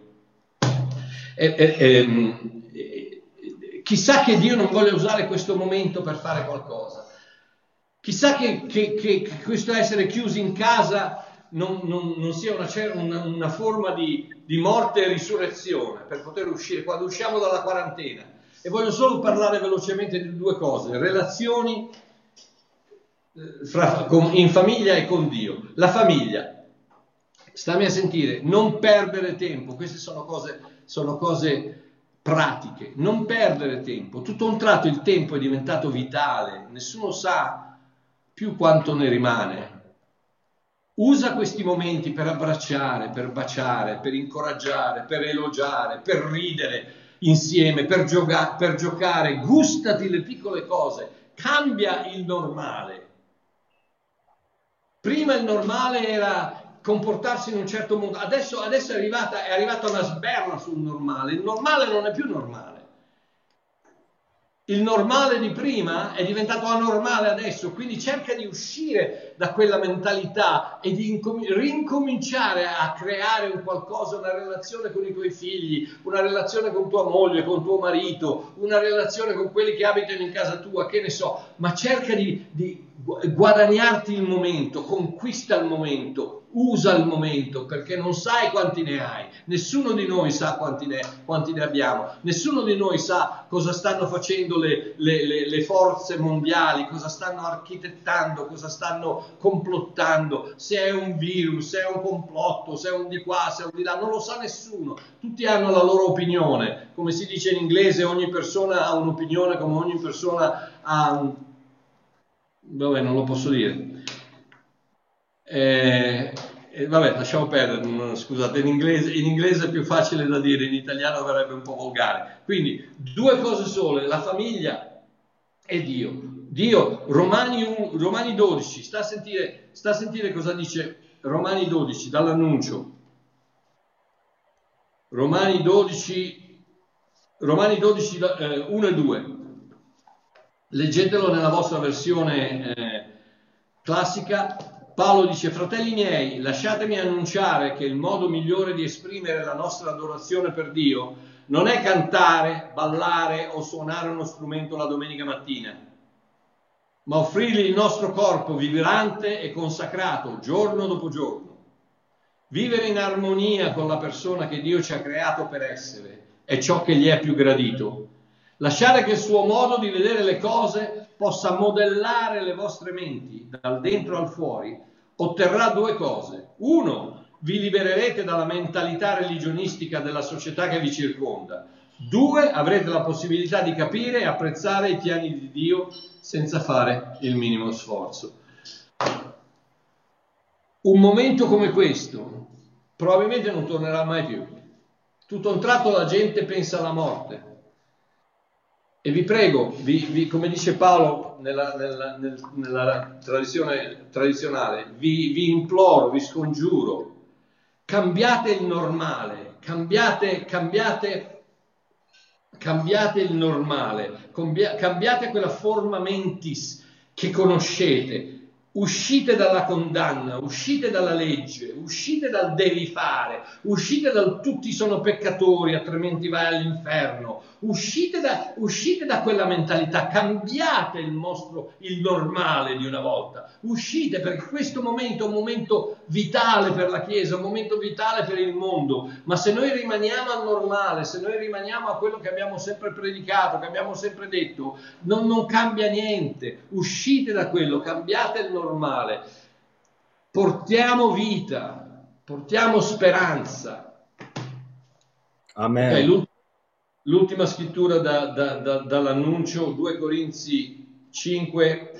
Chissà che Dio non voglia usare questo momento per fare qualcosa. Chissà che questo essere chiusi in casa non sia una forma di morte e risurrezione per poter uscire quando usciamo dalla quarantena. E voglio solo parlare velocemente di due cose: relazioni in famiglia e con Dio. La famiglia, stammi a sentire, non perdere tempo. Queste sono cose pratiche, non perdere tempo. Tutto a un tratto il tempo è diventato vitale, nessuno sa più quanto ne rimane. Usa questi momenti per abbracciare, per baciare, per incoraggiare, per elogiare, per ridere insieme, per giocare. Gustati le piccole cose, cambia il normale. Prima il normale era comportarsi in un certo modo, adesso è arrivata una sberla sul normale. Il normale non è più normale. Il normale di prima è diventato anormale adesso, quindi cerca di uscire da quella mentalità e di rincominciare a creare un qualcosa, una relazione con i tuoi figli, una relazione con tua moglie, con tuo marito, una relazione con quelli che abitano in casa tua, che ne so, ma cerca di guadagnarti il momento, conquista il momento, usa il momento, perché non sai quanti ne hai. Nessuno di noi sa quanti ne abbiamo, nessuno di noi sa cosa stanno facendo le forze mondiali, cosa stanno architettando, cosa stanno complottando, se è un virus, se è un complotto, se è un di qua, se è un di là, non lo sa nessuno. Tutti hanno la loro opinione, come si dice in inglese, ogni persona ha un'opinione, come ogni persona ha... Vabbè, non lo posso dire. Vabbè, lasciamo perdere, scusate, in inglese è più facile da dire, in italiano verrebbe un po' volgare. Quindi, due cose sole, la famiglia e Dio. Dio, Romani 12, sta a sentire cosa dice Romani 12, dall'annuncio. Romani 12, 1 e 2. Leggetelo nella vostra versione classica. Paolo dice: fratelli miei, lasciatemi annunciare che il modo migliore di esprimere la nostra adorazione per Dio non è cantare, ballare o suonare uno strumento la domenica mattina, ma offrirgli il nostro corpo vibrante e consacrato giorno dopo giorno. Vivere in armonia con la persona che Dio ci ha creato per essere è ciò che gli è più gradito. Lasciare che il suo modo di vedere le cose possa modellare le vostre menti dal dentro al fuori otterrà due cose. Uno, vi libererete dalla mentalità religionistica della società che vi circonda. Due, avrete la possibilità di capire e apprezzare i piani di Dio senza fare il minimo sforzo. Un momento come questo probabilmente non tornerà mai più. Tutto a un tratto la gente pensa alla morte. E vi prego, come dice Paolo nella tradizione tradizionale, vi imploro, vi scongiuro, cambiate il normale, cambiate il normale, cambiate quella forma mentis che conoscete. Uscite dalla condanna, uscite dalla legge, uscite dal devi fare, uscite dal tutti sono peccatori, altrimenti vai all'inferno, uscite da quella mentalità, cambiate il normale di una volta, uscite, perché questo momento è un momento vitale per la Chiesa, un momento vitale per il mondo, ma se noi rimaniamo al normale, se noi rimaniamo a quello che abbiamo sempre predicato, che abbiamo sempre detto, non cambia niente. Uscite da quello, cambiate il normale, portiamo vita, portiamo speranza. Amen. Okay, l'ultima scrittura dall'annuncio, 2 Corinzi 5,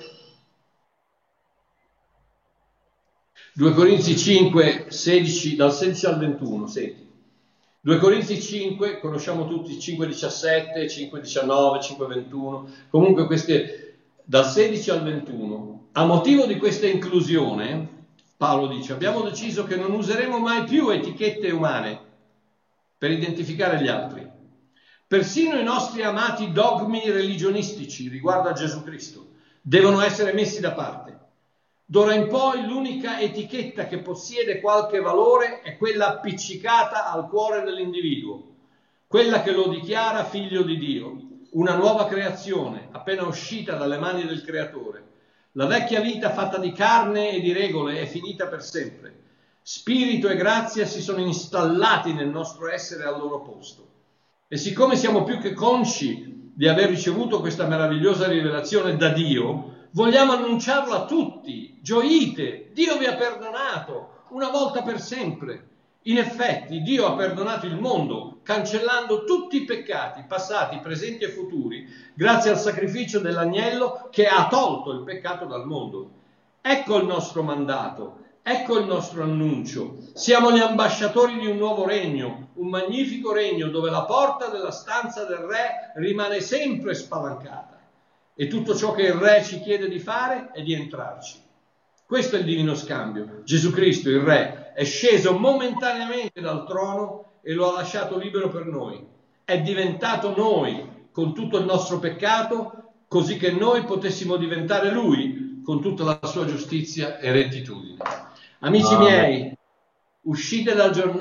16, dal 16 al 21, senti. 2 Corinzi 5, conosciamo tutti 5,17, 5,19, 5,21, comunque queste dal 16 al 21. A motivo di questa inclusione, Paolo dice, abbiamo deciso che non useremo mai più etichette umane per identificare gli altri. Persino i nostri amati dogmi religionistici riguardo a Gesù Cristo devono essere messi da parte. D'ora in poi l'unica etichetta che possiede qualche valore è quella appiccicata al cuore dell'individuo, quella che lo dichiara figlio di Dio, una nuova creazione appena uscita dalle mani del Creatore. La vecchia vita fatta di carne e di regole è finita per sempre. Spirito e grazia si sono installati nel nostro essere al loro posto. E siccome siamo più che consci di aver ricevuto questa meravigliosa rivelazione da Dio, vogliamo annunciarlo a tutti. Gioite, Dio vi ha perdonato una volta per sempre. In effetti Dio ha perdonato il mondo, cancellando tutti i peccati, passati, presenti e futuri, grazie al sacrificio dell'agnello che ha tolto il peccato dal mondo. Ecco il nostro mandato, ecco il nostro annuncio. Siamo gli ambasciatori di un nuovo regno, un magnifico regno dove la porta della stanza del re rimane sempre spalancata. E tutto ciò che il re ci chiede di fare è di entrarci. Questo è il divino scambio. Gesù Cristo, il Re, è sceso momentaneamente dal trono e lo ha lasciato libero per noi. È diventato noi con tutto il nostro peccato, così che noi potessimo diventare Lui con tutta la sua giustizia e rettitudine. Amici miei, uscite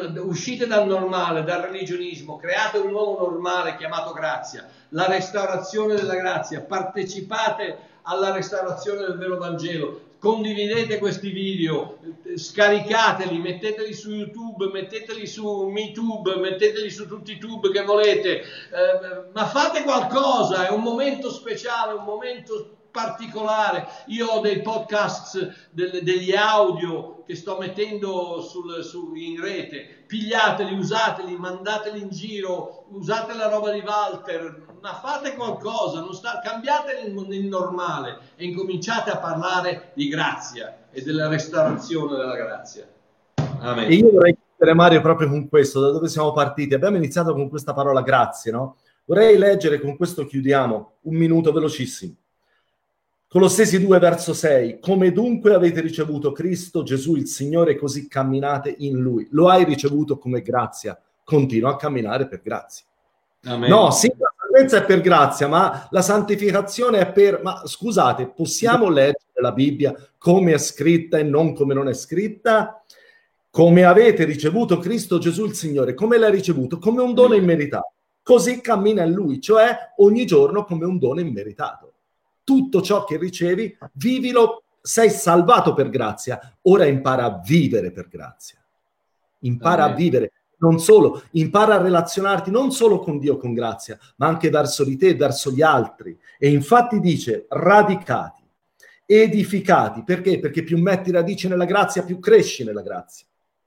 dal normale, dal religionismo, create un nuovo normale chiamato grazia, la restaurazione della grazia, partecipate alla restaurazione del vero Vangelo. Condividete questi video, scaricateli, metteteli su YouTube, metteteli su MeTube, metteteli su tutti i tube che volete, ma fate qualcosa, è un momento speciale, un momento particolare. Io ho dei podcast, degli audio che sto mettendo in rete, pigliateli, usateli, mandateli in giro, usate la roba di Walter, ma fate qualcosa, cambiate il normale e incominciate a parlare di grazia e della restaurazione della grazia. Amen. E io vorrei chiudere, Mario, proprio con questo, da dove siamo partiti. Abbiamo iniziato con questa parola grazie, no? Vorrei leggere, con questo chiudiamo, un minuto velocissimo. Colossesi 2 verso 6, come dunque avete ricevuto Cristo Gesù il Signore, così camminate in Lui. Lo hai ricevuto come grazia, continua a camminare per grazia. Amen. No, sì, la salvezza è per grazia, ma la santificazione è per... Ma scusate, possiamo leggere la Bibbia come è scritta e non come non è scritta? Come avete ricevuto Cristo Gesù il Signore, come l'hai ricevuto? Come un dono immeritato. Così cammina in Lui, cioè ogni giorno come un dono immeritato. Tutto ciò che ricevi, vivilo, sei salvato per grazia, ora impara a vivere per grazia. Impara a vivere, non solo, impara a relazionarti non solo con Dio con grazia, ma anche verso di te, verso gli altri. E infatti dice, radicati, edificati, perché? Perché più metti radici nella grazia, più cresci nella grazia.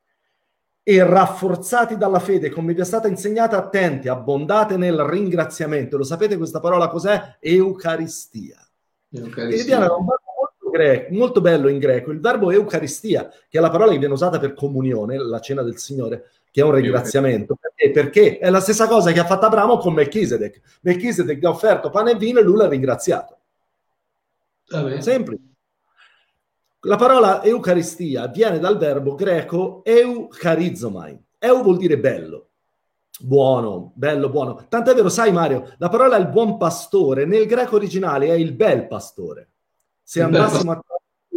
E rafforzati dalla fede, come vi è stata insegnata, attenti, abbondate nel ringraziamento. Lo sapete questa parola cos'è? Eucaristia. Che viene da un verbo molto bello in greco, il verbo eucaristia, che è la parola che viene usata per comunione, la cena del Signore, che è un ringraziamento. Perché? Perché è la stessa cosa che ha fatto Abramo con Melchisedec. Melchisedec gli ha offerto pane e vino e lui l'ha ringraziato. Sempre. La parola eucaristia viene dal verbo greco eucharizomai. Eu vuol dire bello, buono, bello, buono. Tant'è vero, sai Mario, la parola il buon pastore nel greco originale è il bel pastore. Se andassimo a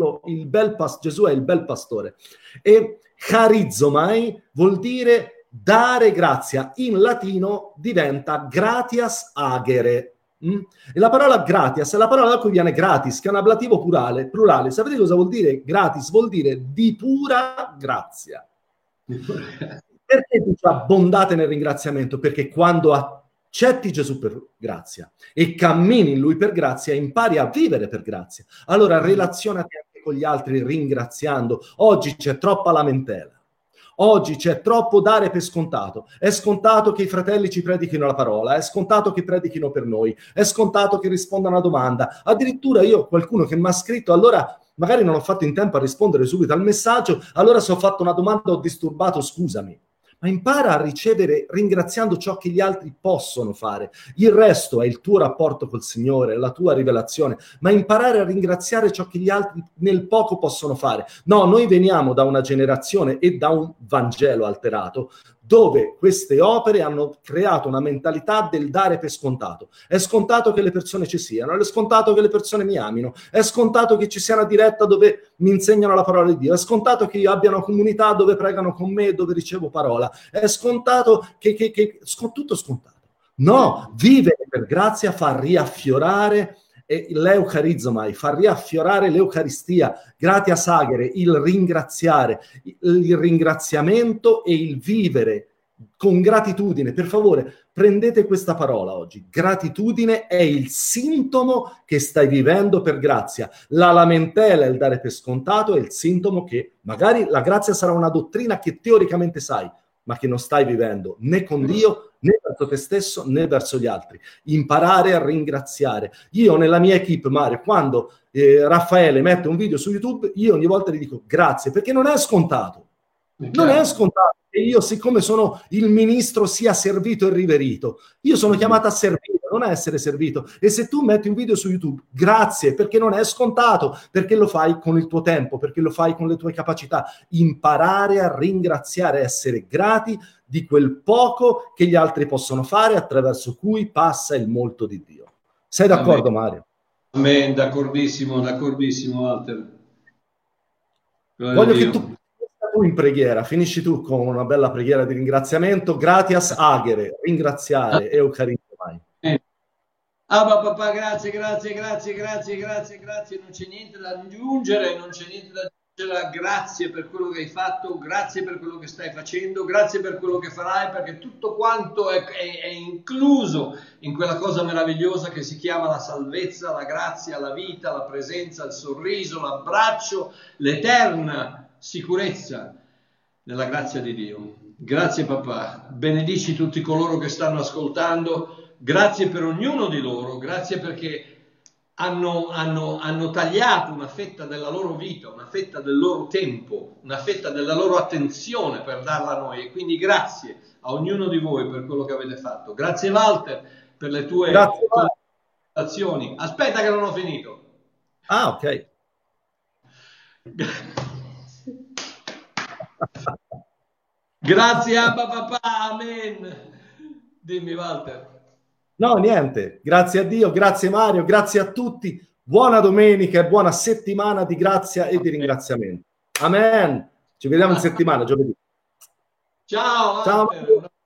Gesù è il bel pastore. E charizomai vuol dire dare grazia. In latino diventa gratias agere. E la parola gratias è la parola da cui viene gratis, che è un ablativo plurale. Sapete cosa vuol dire gratis? Vuol dire di pura grazia. Perché dice abbondate nel ringraziamento? Perché quando accetti Gesù per grazia e cammini in Lui per grazia, impari a vivere per grazia. Allora relazionati anche con gli altri ringraziando. Oggi c'è troppa lamentela. Oggi c'è troppo dare per scontato. È scontato che i fratelli ci predichino la parola, è scontato che predichino per noi, è scontato che rispondano a una domanda. Addirittura io ho qualcuno che mi ha scritto, allora magari non ho fatto in tempo a rispondere subito al messaggio, allora se ho fatto una domanda ho disturbato, scusami. Ma impara a ricevere ringraziando ciò che gli altri possono fare. Il resto è il tuo rapporto col Signore, la tua rivelazione, ma imparare a ringraziare ciò che gli altri nel poco possono fare. No, noi veniamo da una generazione e da un Vangelo alterato, dove queste opere hanno creato una mentalità del dare per scontato. È scontato che le persone ci siano, è scontato che le persone mi amino, è scontato che ci sia una diretta dove mi insegnano la parola di Dio, è scontato che io abbia una comunità dove pregano con me e dove ricevo parola, è scontato tutto scontato. No, vivere per grazia fa riaffiorare e l'eucarizomai, far riaffiorare l'Eucaristia, gratias agere, il ringraziare, il ringraziamento e il vivere con gratitudine. Per favore, prendete questa parola oggi. Gratitudine è il sintomo che stai vivendo per grazia. La lamentela e il dare per scontato è il sintomo che magari la grazia sarà una dottrina che teoricamente sai, ma che non stai vivendo né con Dio, né verso te stesso, né verso gli altri. Imparare a ringraziare. Io nella mia equipe, Mario, quando Raffaele mette un video su YouTube, io ogni volta gli dico grazie, perché non è scontato. Non è scontato che io, siccome sono il ministro, sia servito e riverito. Io sono chiamato a servire, non a essere servito. E se tu metti un video su YouTube, grazie, perché non è scontato, perché lo fai con il tuo tempo, perché lo fai con le tue capacità. Imparare a ringraziare, essere grati di quel poco che gli altri possono fare, attraverso cui passa il molto di Dio. Sei d'accordo, Mario? Amen, d'accordissimo, Walter. Voglio che tu in preghiera, finisci tu con una bella preghiera di ringraziamento. Gratias agere, ringraziare, eucaristia. Abba papà, grazie, non c'è niente da aggiungere, grazie per quello che hai fatto, grazie per quello che stai facendo, grazie per quello che farai, perché tutto quanto è incluso in quella cosa meravigliosa che si chiama la salvezza, la grazia, la vita, la presenza, il sorriso, l'abbraccio, l'eterna sicurezza nella grazia di Dio. Grazie papà, benedici tutti coloro che stanno ascoltando, grazie per ognuno di loro, grazie perché hanno tagliato una fetta della loro vita, una fetta del loro tempo, una fetta della loro attenzione per darla a noi, e quindi grazie a ognuno di voi per quello che avete fatto. Grazie Walter per le tue azioni. Aspetta che non ho finito. Ah, ok. Grazie Abba papà, amen. Dimmi Walter. No, niente. Grazie a Dio, grazie Mario, grazie a tutti. Buona domenica e buona settimana di grazia e di ringraziamento. Amen. Ci vediamo in settimana, giovedì. Ciao. Ciao.